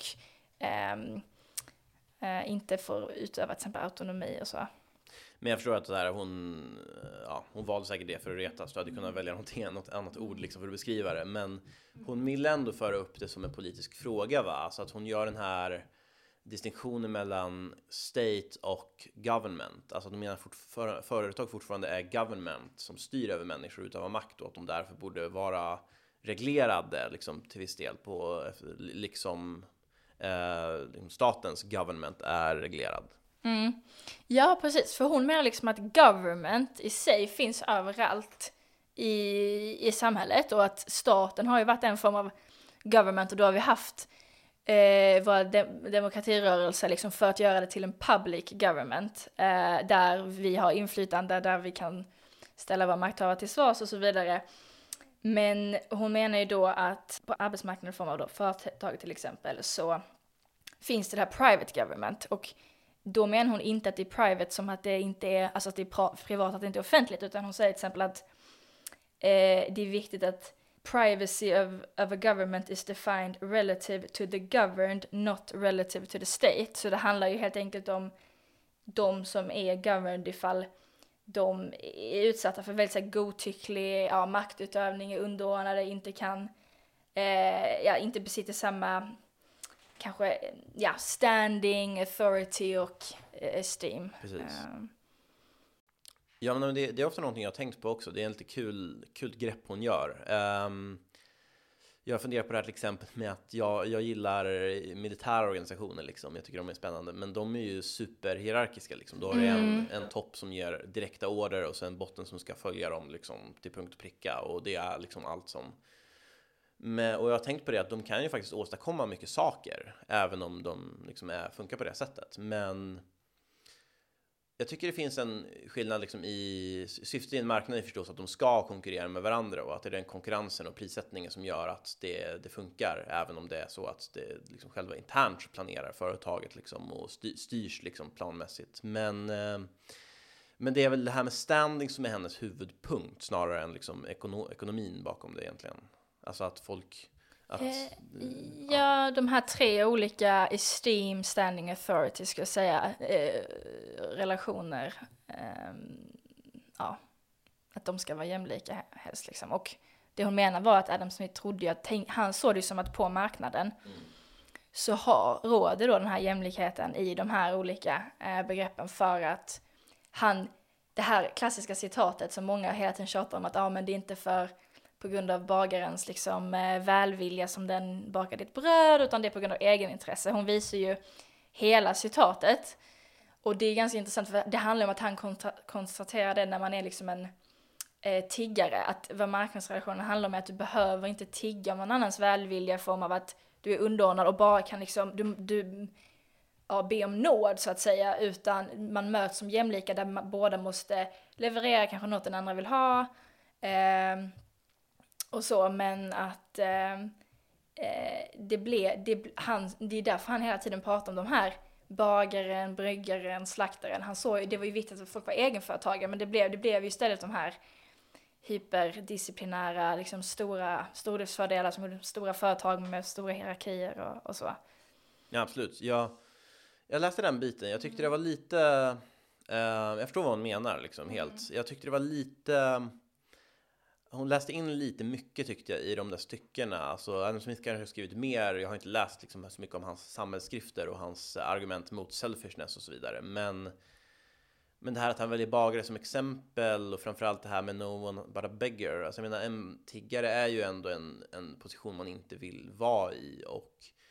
inte får utöva till exempel autonomi och så. Men jag förstår att det här, hon valde säkert det för att retas. Du hade kunnat välja något annat ord liksom för att beskriva det. Men hon vill ändå föra upp det som en politisk fråga, va? Alltså att hon gör den här distinktionen mellan state och government. Alltså att de menar företag fortfarande är government som styr över människor och utövar makt, och att de därför borde vara reglerade liksom, till viss del på liksom statens government är reglerad. Mm. Ja, precis. För hon menar liksom att government i sig finns överallt i samhället, och att staten har ju varit en form av government, och då har vi haft våra demokratirörelser liksom för att göra det till en public government, där vi har inflytande, där vi kan ställa våra makthavare till svars och så vidare. Men hon menar ju då att på arbetsmarknaden, form av då företag till exempel, så finns det här private government, och då menar hon inte att det är private som att det inte är, alltså att det är privat, att det inte är offentligt, utan hon säger till exempel att det är viktigt att privacy of a government is defined relative to the governed, not relative to the state. Så det handlar ju helt enkelt om de som är governed, ifall de är utsatta för väldigt så här godtycklig maktutövning, är underordnade, inte kan inte besitter samma kanske standing, authority och esteem. Precis. Ja, men det är ofta någonting jag har tänkt på också. Det är en lite kul grepp hon gör. Jag funderar på det här till exempel med att jag gillar militära organisationer liksom. Jag tycker de är spännande, men de är ju superhierarkiska liksom. Då har du en topp som ger direkta order och sen en botten som ska följa dem liksom till punkt och pricka, och det är liksom allt som. Och jag har tänkt på det att de kan ju faktiskt åstadkomma mycket saker även om de liksom funkar på det sättet, men jag tycker det finns en skillnad liksom i syftet i en marknad, förstås att de ska konkurrera med varandra, och att det är den konkurrensen och prissättningen som gör att det funkar, även om det är så att det liksom själva internt planerar företaget liksom och styrs liksom planmässigt. Men det är väl det här med standing som är hennes huvudpunkt snarare än liksom ekonomin bakom det egentligen. Alltså att folk de här 3 olika esteem, standing, authority ska jag säga, relationer, att de ska vara jämlika helst liksom. Och det hon menar var att Adam Smith trodde att han såg det som att på marknaden så råder då den här jämlikheten i de här olika begreppen, för att det här klassiska citatet som många hela tiden tjatar om, att men det är inte på grund av bagarens liksom välvilja som den bakar ditt bröd, utan det är på grund av egenintresse. Hon visar ju hela citatet, och det är ganska intressant, för det handlar om att han konstaterar det när man är liksom en tiggare, att vad marknadsrelationen handlar om är att du behöver inte tigga om någon annans välvilja i form av att du är underordnad och bara kan liksom be om nåd så att säga, utan man möts som jämlika där båda måste leverera kanske något den andra vill ha. Och så, men att det är därför han hela tiden pratar om de här bagaren, bryggaren, slaktaren. Han såg, det var ju viktigt att folk var egenföretagare, men det blev ju istället de här hyperdisciplinära, liksom stordriftsfördelar som stora företag med stora hierarkier och så. Ja, absolut. Jag läste den biten. Jag tyckte det var lite... jag förstår vad hon menar liksom, helt. Jag tyckte det var lite... Hon läste in lite mycket tyckte jag i de där styckena. Alltså Adam Smith kanske har skrivit mer. Jag har inte läst liksom så mycket om hans samhällsskrifter och hans argument mot selfishness och så vidare. Men det här att han väljer bagare som exempel och framförallt det här med no one but a beggar. Alltså jag menar, en tiggare är ju ändå en position man inte vill vara i. Och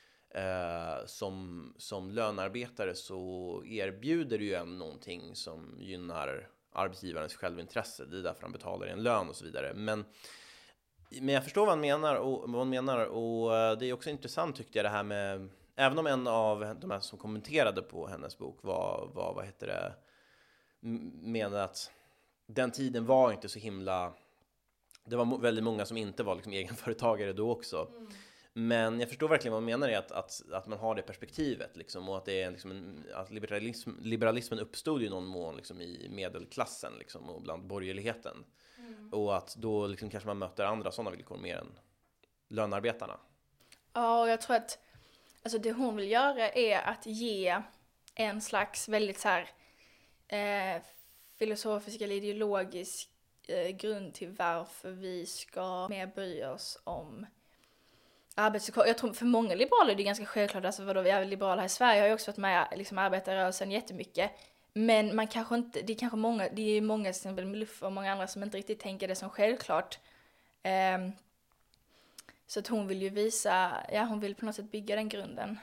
som lönarbetare så erbjuder du ju någonting som gynnar arbetsgivarens självintresse. Det är därför han betalar en lön och så vidare. Men jag förstår vad hon menar och det är också intressant tyckte jag det här med, även om en av de här som kommenterade på hennes bok vad heter det, menade att den tiden var inte så himla, det var väldigt många som inte var liksom egenföretagare då också. Men jag förstår verkligen vad man menar är att man har det perspektivet liksom, och att det är liksom att liberalismen uppstod i någon mån liksom, i medelklassen liksom, och bland borgerligheten. Och att då liksom, kanske man möter andra sådana villkor mer än lönarbetarna. Ja, och jag tror att alltså, det hon vill göra är att ge en slags väldigt så här filosofisk eller ideologisk grund till varför vi ska mer bry oss om arbetsvillkor. Jag tror för många liberaler är det ganska självklart, alltså vadå, vi är liberala här i Sverige, jag har ju också varit med liksom arbetarrörelsen jättemycket, men man kanske inte, det är många till exempel Luff och många andra som inte riktigt tänker det som självklart. Så att hon vill ju visa, hon vill på något sätt bygga den grunden.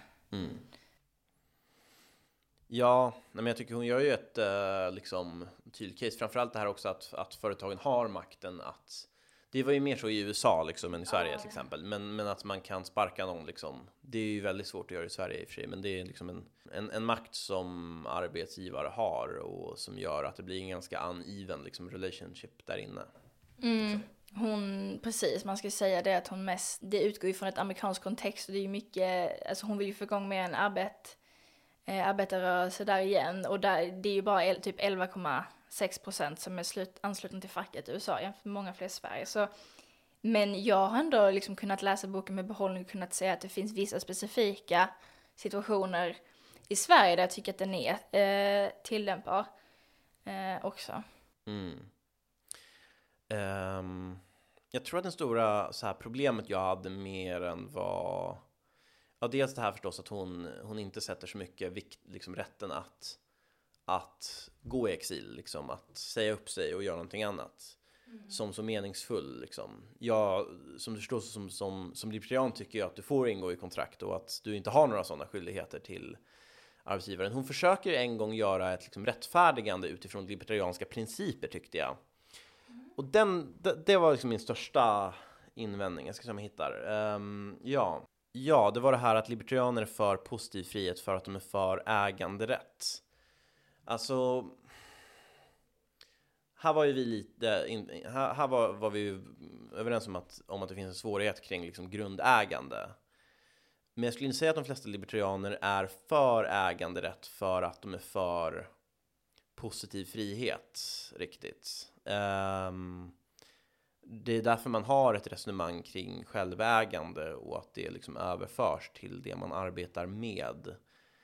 Ja, men jag tycker hon gör ju ett liksom tydligt case, framförallt det här också att företagen har makten att, det var ju mer så i USA liksom än i Sverige till exempel, men att man kan sparka någon liksom, det är ju väldigt svårt att göra i Sverige i och för sig, men det är liksom en makt som arbetsgivare har och som gör att det blir en ganska uneven liksom relationship där inne. Liksom. Hon, precis, man ska säga det att hon det utgår ju från ett amerikansk kontext och det är ju mycket, alltså hon vill ju få igång med en arbetarrörelse där igen, och där, det är ju bara typ 11,6% som är anslutna till facket i USA jämfört med många fler i Sverige. Så, men jag har ändå liksom kunnat läsa boken med behållning och kunnat säga att det finns vissa specifika situationer i Sverige där jag tycker att den är tillämpbar också. Jag tror att den stora så här, problemet jag hade mer än var, ja, dels det här förstås att hon inte sätter så mycket vikt, liksom rätten att gå i exil, liksom, att säga upp sig och göra någonting annat som så meningsfull. Liksom. Jag, som du förstår, som libertarian tycker jag att du får ingå i kontrakt och att du inte har några sådana skyldigheter till arbetsgivaren. Hon försöker en gång göra ett liksom, rättfärdigande utifrån libertarianska principer tyckte jag. Och det var liksom min största invändning. Jag ska se om jag hittar. Ja, det var det här att libertarianer är för positiv frihet för att de är för äganderätt. Alltså, här var ju vi lite, här var vi ju överens om att det finns en svårighet kring liksom grundägande. Men jag skulle inte säga att de flesta libertarianer är för äganderätt för att de är för positiv frihet riktigt. Det är därför man har ett resonemang kring självägande och att det liksom överförs till det man arbetar med.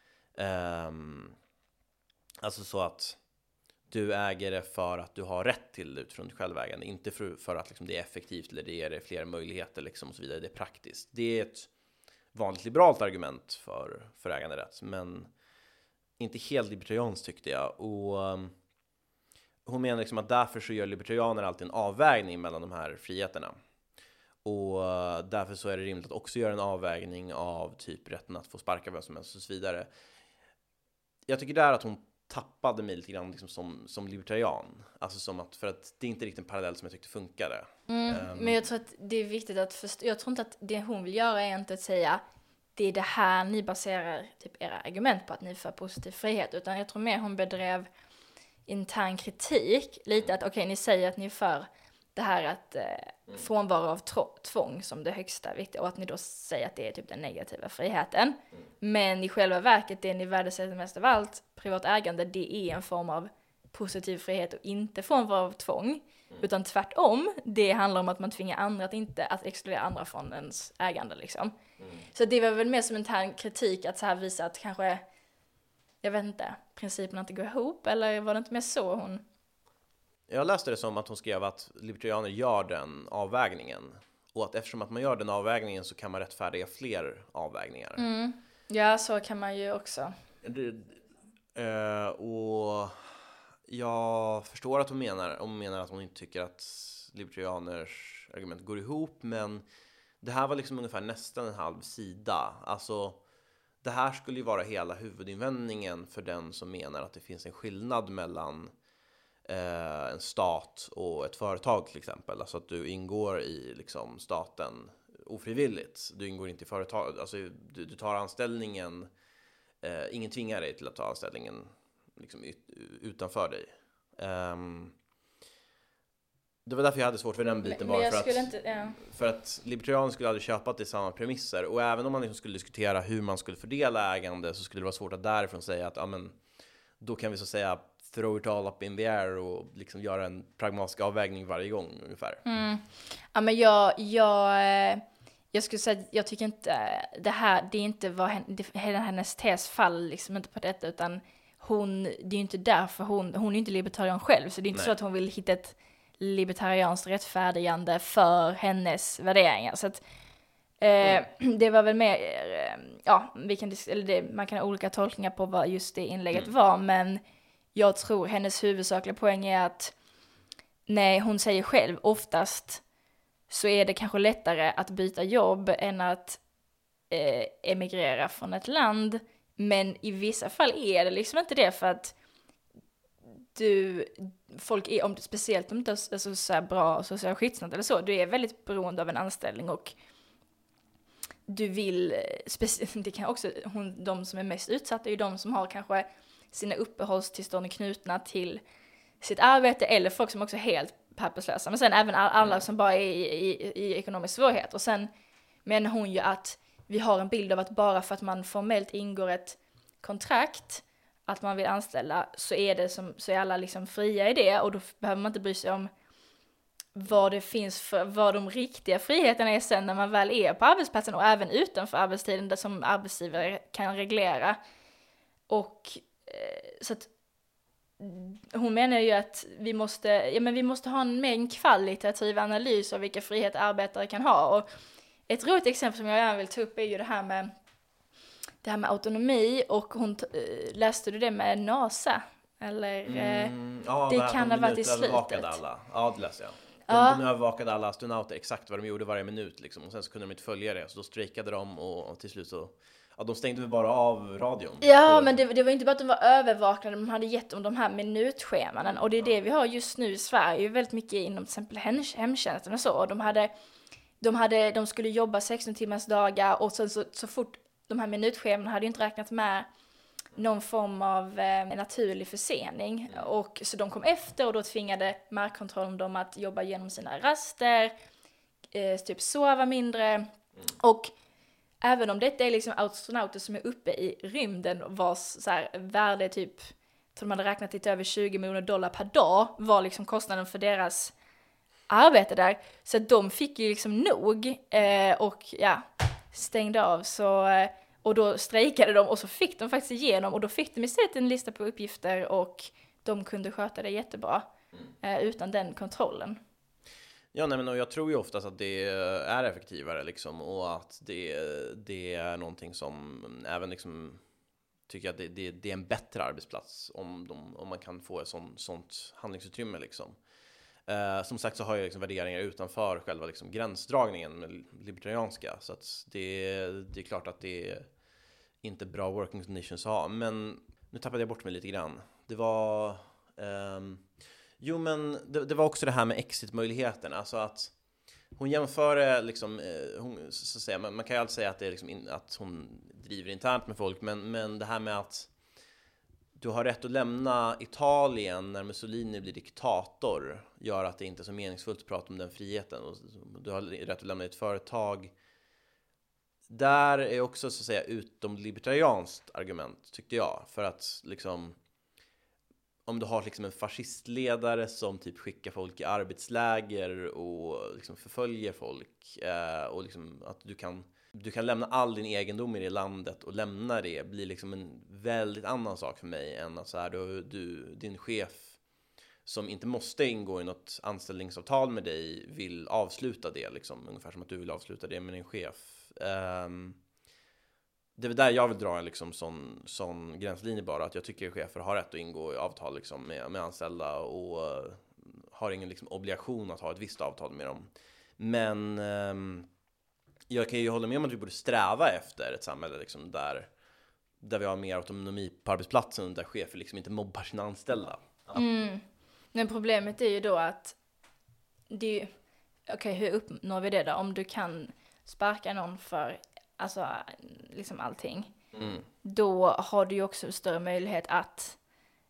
Alltså så att du äger det för att du har rätt till det utifrån ditt självägande, inte för att liksom det är effektivt eller det ger dig fler möjligheter liksom och så vidare. Det är praktiskt. Det är ett vanligt liberalt argument för äganderätt, men inte helt libertarianskt tyckte jag. Och hon menar liksom att därför så gör libertarianer alltid en avvägning mellan de här friheterna. Och därför så är det rimligt att också göra en avvägning av typ rätten att få sparka vem som helst och så vidare. Jag tycker där att hon tappade mig lite grann liksom som libertarian. Alltså som att, för att det är inte riktigt en parallell som jag tyckte funkade. Men jag tror att det är viktigt att jag tror inte att det hon vill göra är inte att säga det är det här ni baserar typ era argument på, att ni är för positiv frihet, utan jag tror mer hon bedrev intern kritik, lite att okej, ni säger att ni är för det här att frånvaro av tvång som det högsta viktiga, och att ni då säger att det är typ den negativa friheten. Men i själva verket, det ni värdesätter mest av allt, privat ägande, det är en form av positiv frihet och inte frånvaro av tvång. Utan tvärtom, det handlar om att man tvingar andra att exkludera andra från ens ägande liksom. Så det var väl mer som en kritik att så här visa att kanske, jag vet inte, principerna inte går ihop, eller var det inte mer så hon... Jag läste det som att hon skrev att libertarianer gör den avvägningen. Och att eftersom att man gör den avvägningen så kan man rättfärdiga fler avvägningar. Ja, så kan man ju också. Och jag förstår att hon menar att hon inte tycker att libertarianers argument går ihop. Men det här var liksom ungefär nästan en halv sida. Alltså, det här skulle ju vara hela huvudinvändningen för den som menar att det finns en skillnad mellan en stat och ett företag till exempel. Alltså att du ingår i liksom staten ofrivilligt. Du ingår inte i företag. Alltså du tar anställningen. Ingen tvingar dig till att ta anställningen liksom utanför dig. Det var därför jag hade svårt för den biten. Men bara för att libertarianer skulle aldrig köpa till samma premisser. Och även om man liksom skulle diskutera hur man skulle fördela ägande, så skulle det vara svårt att därifrån säga att då kan vi så att säga throw it all up in the air och liksom göra en pragmatisk avvägning varje gång ungefär. Ja, men jag skulle säga att jag tycker inte det är inte vad hela hennes tes faller liksom inte på detta, utan det är ju inte därför hon är inte libertarian själv, så det är inte så att hon vill hitta ett libertarianskt rättfärdigande för hennes värderingar. Så att det var väl mer man kan ha olika tolkningar på vad just det inlägget var, men jag tror hennes huvudsakliga poäng är att hon säger själv oftast så är det kanske lättare att byta jobb än att emigrera från ett land, men i vissa fall är det liksom inte det, för att folk är, speciellt om du inte är så här bra social skyddsnät eller så, du är väldigt beroende av en anställning, och du vill, det kan också, de som är mest utsatta är ju de som har kanske sina uppehållstillstånd knutna till sitt arbete, eller folk som också är helt papperslösa, men sen även alla som bara är i ekonomisk svårighet. Och sen menar hon ju att vi har en bild av att bara för att man formellt ingår ett kontrakt att man vill anställa, så är alla liksom fria i det, och då behöver man inte bry sig om vad det finns vad de riktiga friheterna är sen när man väl är på arbetsplatsen, och även utanför arbetstiden, där som arbetsgivare kan reglera. Och så att hon menar ju att vi måste ha en kvalitativ analys av vilka friheter arbetare kan ha. Och ett roligt exempel som jag gärna vill ta upp är ju det här med autonomi, och läste du det med NASA? Eller det kan ha varit i slutet. Alla. Ja, det läste jag. De övervakade alla astronauter exakt vad de gjorde varje minut liksom, och sen så kunde de inte följa det, så då strejkade de, och till slut så de stängde väl bara av radion. Ja, men det var inte bara att de var övervakade, de hade gett dem de här minutscheman, och det är det vi har just nu i Sverige, väldigt mycket inom till exempel hemtjänsten och så. Och de skulle jobba 16 timmars dagar, och så fort de här minutscheman hade ju inte räknat med någon form av naturlig försening, och så de kom efter, och då tvingade markkontrollen dem att jobba genom sina raster, typ sova mindre, och även om detta är liksom astronauter som är uppe i rymden, vars så här värde typ, så de hade räknat lite över $20 miljoner per dag, var liksom kostnaden för deras arbete där. Så att de fick ju liksom nog, och stängde av. Och då strejkade de, och så fick de faktiskt igenom, och då fick de istället en lista på uppgifter, och de kunde sköta det jättebra utan den kontrollen. Ja, men jag tror ju oftast att det är effektivare liksom, och att det är någonting som även liksom tycker att det är en bättre arbetsplats om man kan få ett sånt handlingsutrymme liksom. Som sagt så har jag liksom värderingar utanför själva liksom gränsdragningen med libertarianska, så att det är klart att det är inte bra working conditions att ha. Men nu tappade jag bort mig lite grann. Det var det var också det här med exit-möjligheten, alltså att hon jämför liksom, så att säga, man kan ju alltid säga att det är liksom att hon driver internt med folk, men det här med att du har rätt att lämna Italien när Mussolini blir diktator gör att det inte är så meningsfullt att prata om den friheten, och du har rätt att lämna ditt företag. Där är också så att säga utomlibertarianskt argument, tyckte jag, för att liksom om du har liksom en fascistledare som typ skickar folk i arbetsläger och liksom förföljer folk, och liksom att du kan lämna all din egendom i det landet och lämna det blir liksom en väldigt annan sak för mig än att så här, din chef som inte måste ingå i något anställningsavtal med dig vill avsluta det liksom, ungefär som att du vill avsluta det med din chef. Det är där jag vill dra en liksom sån gränslinje, bara att jag tycker chefer har rätt att ingå i avtal liksom med anställda och har ingen liksom obligation att ha ett visst avtal med dem. Men jag kan ju hålla med om att vi borde sträva efter ett samhälle liksom där vi har mer autonomi på arbetsplatsen, där chefer liksom inte mobbar sina anställda. Men problemet är ju då att det är okej, hur uppnår vi det då? Om du kan sparka någon för alltså liksom allting, då har du ju också större möjlighet att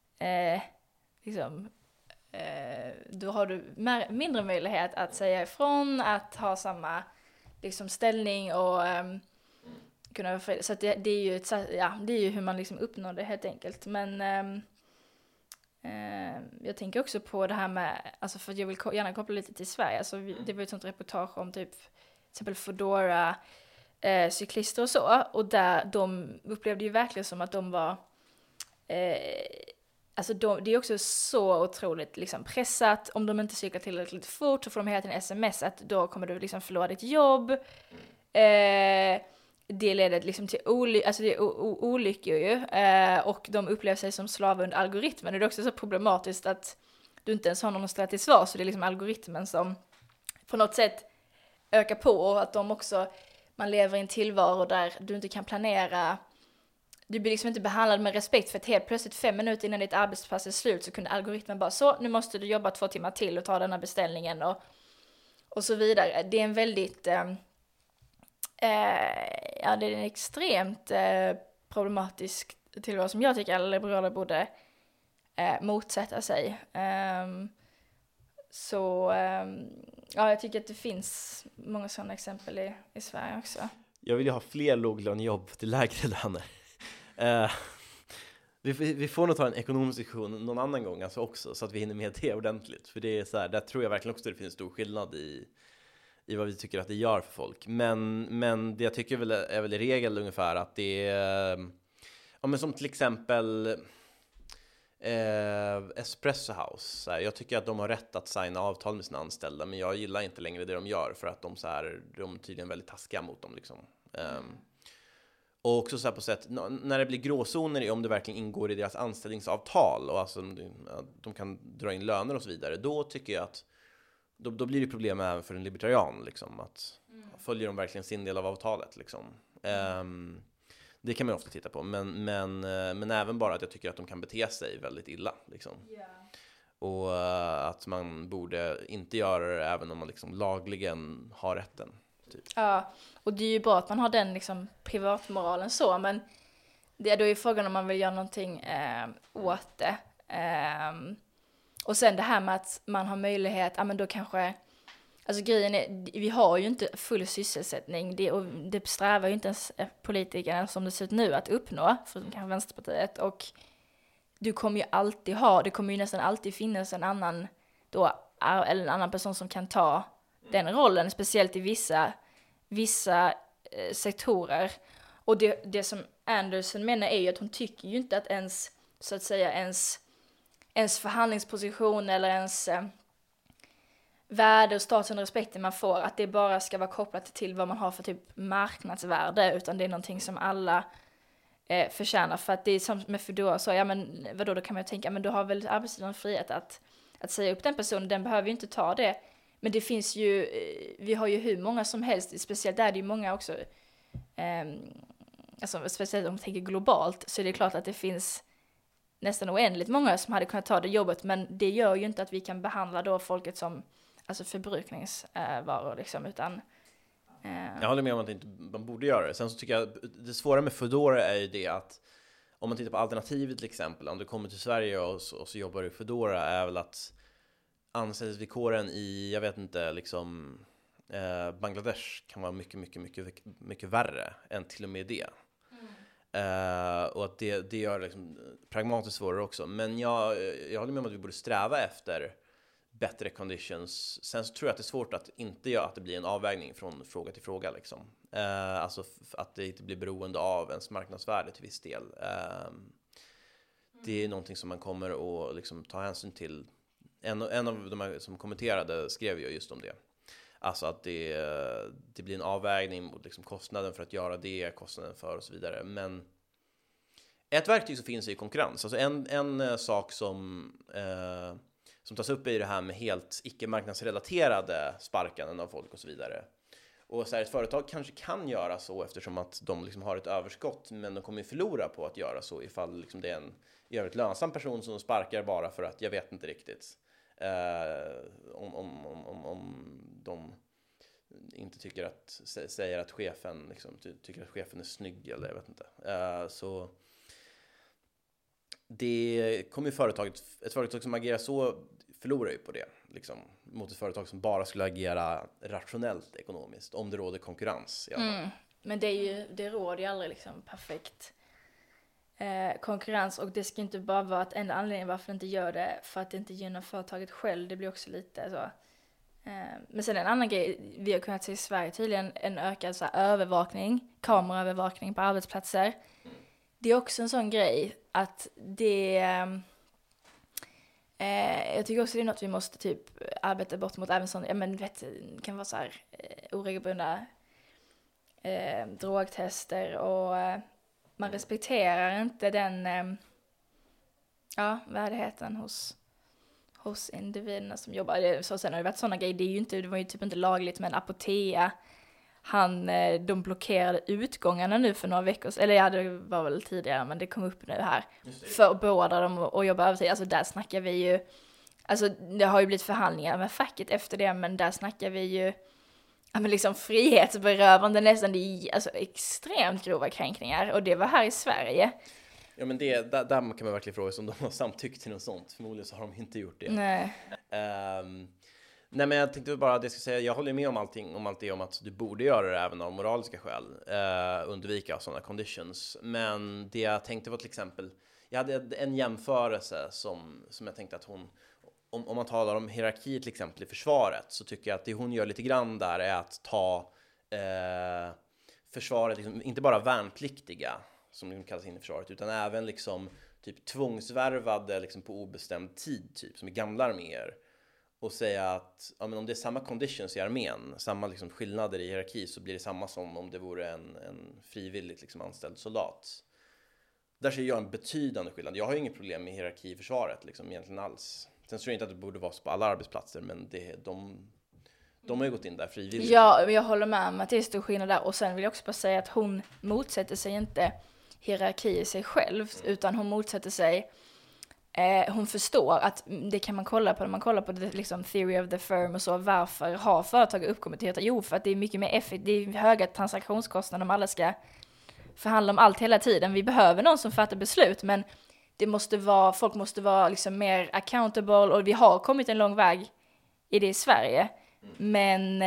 då har du mindre möjlighet att säga ifrån, att ha samma liksom ställning och kunna, så att det är ju det är ju hur man liksom uppnår det helt enkelt. Men jag tänker också på det här med, alltså för att jag vill gärna koppla lite till Sverige, alltså det var ett sånt reportage om typ till exempel Foodora cyklister och så, och där de upplevde ju verkligen som att de var alltså det är också så otroligt liksom pressat. Om de inte cyklar tillräckligt fort så får de hela tiden sms att då kommer du liksom förlora ditt jobb. Det leder liksom till olyckor ju, och de upplever sig som slavar under algoritmen. Och det är också så problematiskt att du inte ens har någon rätt till svar, så det är liksom algoritmen som på något sätt ökar på, och att de också, man lever i en tillvaro där du inte kan planera. Du blir liksom inte behandlad med respekt, för att helt plötsligt 5 minuter innan ditt arbetspass är slut så kunde algoritmen bara så, nu måste du jobba 2 timmar till och ta den här beställningen och så vidare. Det är en väldigt det är en extremt problematisk tillvaro som jag tycker alla liberaler borde motsätta sig. Jag tycker att det finns många sådana exempel i Sverige också. Jag vill ju ha fler låglönejobb till lägre löner. Vi får nog ta en ekonomisk diskussion någon annan gång alltså också, så att vi hinner med det ordentligt. För det är så här, där tror jag verkligen också att det finns stor skillnad i vad vi tycker att det gör för folk. Men det jag tycker är väl i regel ungefär att det är, men som till exempel Espresso House. Så här, jag tycker att de har rätt att signa avtal med sina anställda, men jag gillar inte längre det de gör, för att de är tydligen väldigt taskiga mot dem liksom. Och också så här på sätt, när det blir gråzoner i om det verkligen ingår i deras anställningsavtal och alltså de kan dra in löner och så vidare, då tycker jag att då blir det problem även för en libertarian liksom, att följer de verkligen sin del av avtalet liksom. Det kan man ofta titta på, men även bara att jag tycker att de kan bete sig väldigt illa liksom. Och att man borde inte göra det även om man liksom lagligen har rätten typ. Ja, och det är ju bra att man har den liksom privatmoralen så, men det är då ju frågan om man vill göra någonting åt det. Och sen det här med att man har möjlighet, men då kanske, alltså grejen är, vi har ju inte full sysselsättning, och det strävar ju inte ens politikerna som det ser ut nu att uppnå, förutom kanske Vänsterpartiet, och du kommer ju alltid det kommer ju nästan alltid finnas en annan då, eller en annan person som kan ta den rollen, speciellt i vissa sektorer. Och det som Anderson menar är ju att hon tycker ju inte att ens, så att säga, ens förhandlingsposition eller ens värde och status och respekten man får, att det bara ska vara kopplat till vad man har för typ marknadsvärde, utan det är någonting som alla förtjänar. För att det är som med Foodora, så men vadå, då kan man ju tänka, men då har väl arbetsgivaren frihet att säga upp den personen, den behöver ju inte ta det. Men det finns ju, vi har ju hur många som helst, speciellt där är det ju många också, alltså speciellt om man tänker globalt, så är det klart att det finns nästan oändligt många som hade kunnat ta det jobbet, men det gör ju inte att vi kan behandla då folket som alltså förbrukningsvaror liksom, utan jag håller med om att man borde göra det. Sen så tycker jag det svåra med Foodora är ju det att om man tittar på alternativet till exempel, om du kommer till Sverige och så jobbar du i Foodora, är väl att anställningsvillkoren i, jag vet inte, liksom Bangladesh kan vara mycket värre än till och med det. Och att det gör liksom pragmatiskt svårare också. Men jag håller med om att vi borde sträva efter bättre conditions. Sen så tror jag att det är svårt att inte göra att det blir en avvägning från fråga till fråga liksom. Alltså att det inte blir beroende av ens marknadsvärde till viss del. Det är någonting som man kommer att liksom ta hänsyn till. En av de här som kommenterade skrev ju just om det. Alltså att det blir en avvägning mot liksom kostnaden för att göra det, kostnaden för och så vidare. Men ett verktyg som finns är konkurrens. Alltså en sak som tas upp är det här med helt icke-marknadsrelaterade sparkanden av folk och så vidare. Och så här, ett företag kanske kan göra så eftersom att de liksom har ett överskott, men de kommer ju förlora på att göra så ifall liksom det är en i övrigt lönsam person som sparkar bara för att jag vet inte riktigt. Om de inte säger att chefen liksom, tycker att chefen är snygg eller jag vet inte. Så det kommer ju ett företag som agerar så förlorar ju på det liksom, mot ett företag som bara skulle agera rationellt ekonomiskt om det råder konkurrens i alla fall. Men det råder ju aldrig liksom perfekt konkurrens, och det ska inte bara vara att enda anledningen varför det inte gör det för att det inte gynnar företaget själv. Det blir också lite så. Men sen en annan grej vi har kunnat se i Sverige tydligen, en ökad så här övervakning, kameraövervakning på arbetsplatser. Det är också en sån grej att jag tycker också det är något vi måste typ arbeta bort mot, även sånt, det kan vara så här oregelbundna drogtester, och man respekterar inte den värdigheten hos individerna som jobbar. Så sen har det varit sådana grejer, det var ju typ inte lagligt, men Apotea, de blockerade utgångarna nu för några veckor, eller det var väl tidigare, men det kom upp nu här, för båda dem att jobba övertid. Alltså där snackar vi ju, alltså det har ju blivit förhandlingar med facket efter det, men där snackar vi ju liksom frihetsberövande nästan, det är alltså extremt grova kränkningar, och det var här i Sverige. Ja, men där kan man verkligen fråga sig om de har samtyckt till något sånt. Förmodligen så har de inte gjort det. Nej. Nej, men jag tänkte bara att jag ska säga, jag håller med om allt det om att du borde göra det även av moraliska skäl, undvika sådana conditions. Men det jag tänkte var till exempel, jag hade en jämförelse som jag tänkte att om man talar om hierarki till exempel i försvaret, så tycker jag att det hon gör lite grann där är att ta försvaret, liksom, inte bara värnpliktiga som liksom kallas in i försvaret, utan även liksom typ tvångsvärvade liksom på obestämd tid, typ som i gamla arméer, och säga att men om det är samma conditions i armén, samma liksom skillnader i hierarki, så blir det samma som om det vore en frivilligt liksom anställd soldat. Där ser jag en betydande skillnad. Jag har ju inget problem med hierarki i försvaret liksom, egentligen alls. Sen tror jag inte att det borde vara så på alla arbetsplatser, men de har ju gått in där frivilligt. Ja, jag håller med om att det är stor skillnad där. Och sen vill jag också bara säga att hon motsätter sig inte hierarki i sig själv, utan hon motsätter sig, hon förstår att det kan man kolla på när man kollar på det, liksom theory of the firm och så. Varför har företag uppkommit till detta? Jo, för att det är mycket mer effektivt, det är höga transaktionskostnader om alla ska förhandla om allt hela tiden. Vi behöver någon som fattar beslut, men folk måste vara liksom mer accountable, och vi har kommit en lång väg i det i Sverige. Men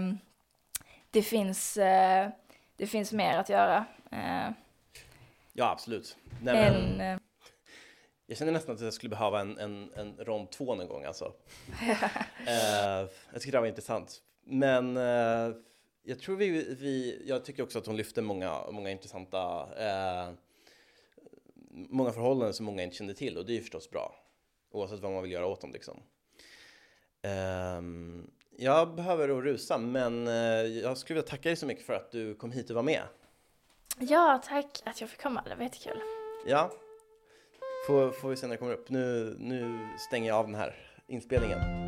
det finns mer att göra. Ja, absolut. Nej, jag känner nästan att jag skulle behöva en rond 2 någon gång. Alltså. Jag tycker det var intressant. Men jag tror jag tycker också att hon lyfte många intressanta många förhållanden som många inte kände till, och det är ju förstås bra. Oavsett vad man vill göra åt dem liksom. Jag behöver rusa, men jag skulle vilja tacka dig så mycket för att du kom hit och var med. Ja, tack att jag fick komma. Det var jättekul. Ja. Får vi se när det kommer upp. Nu stänger jag av den här inspelningen.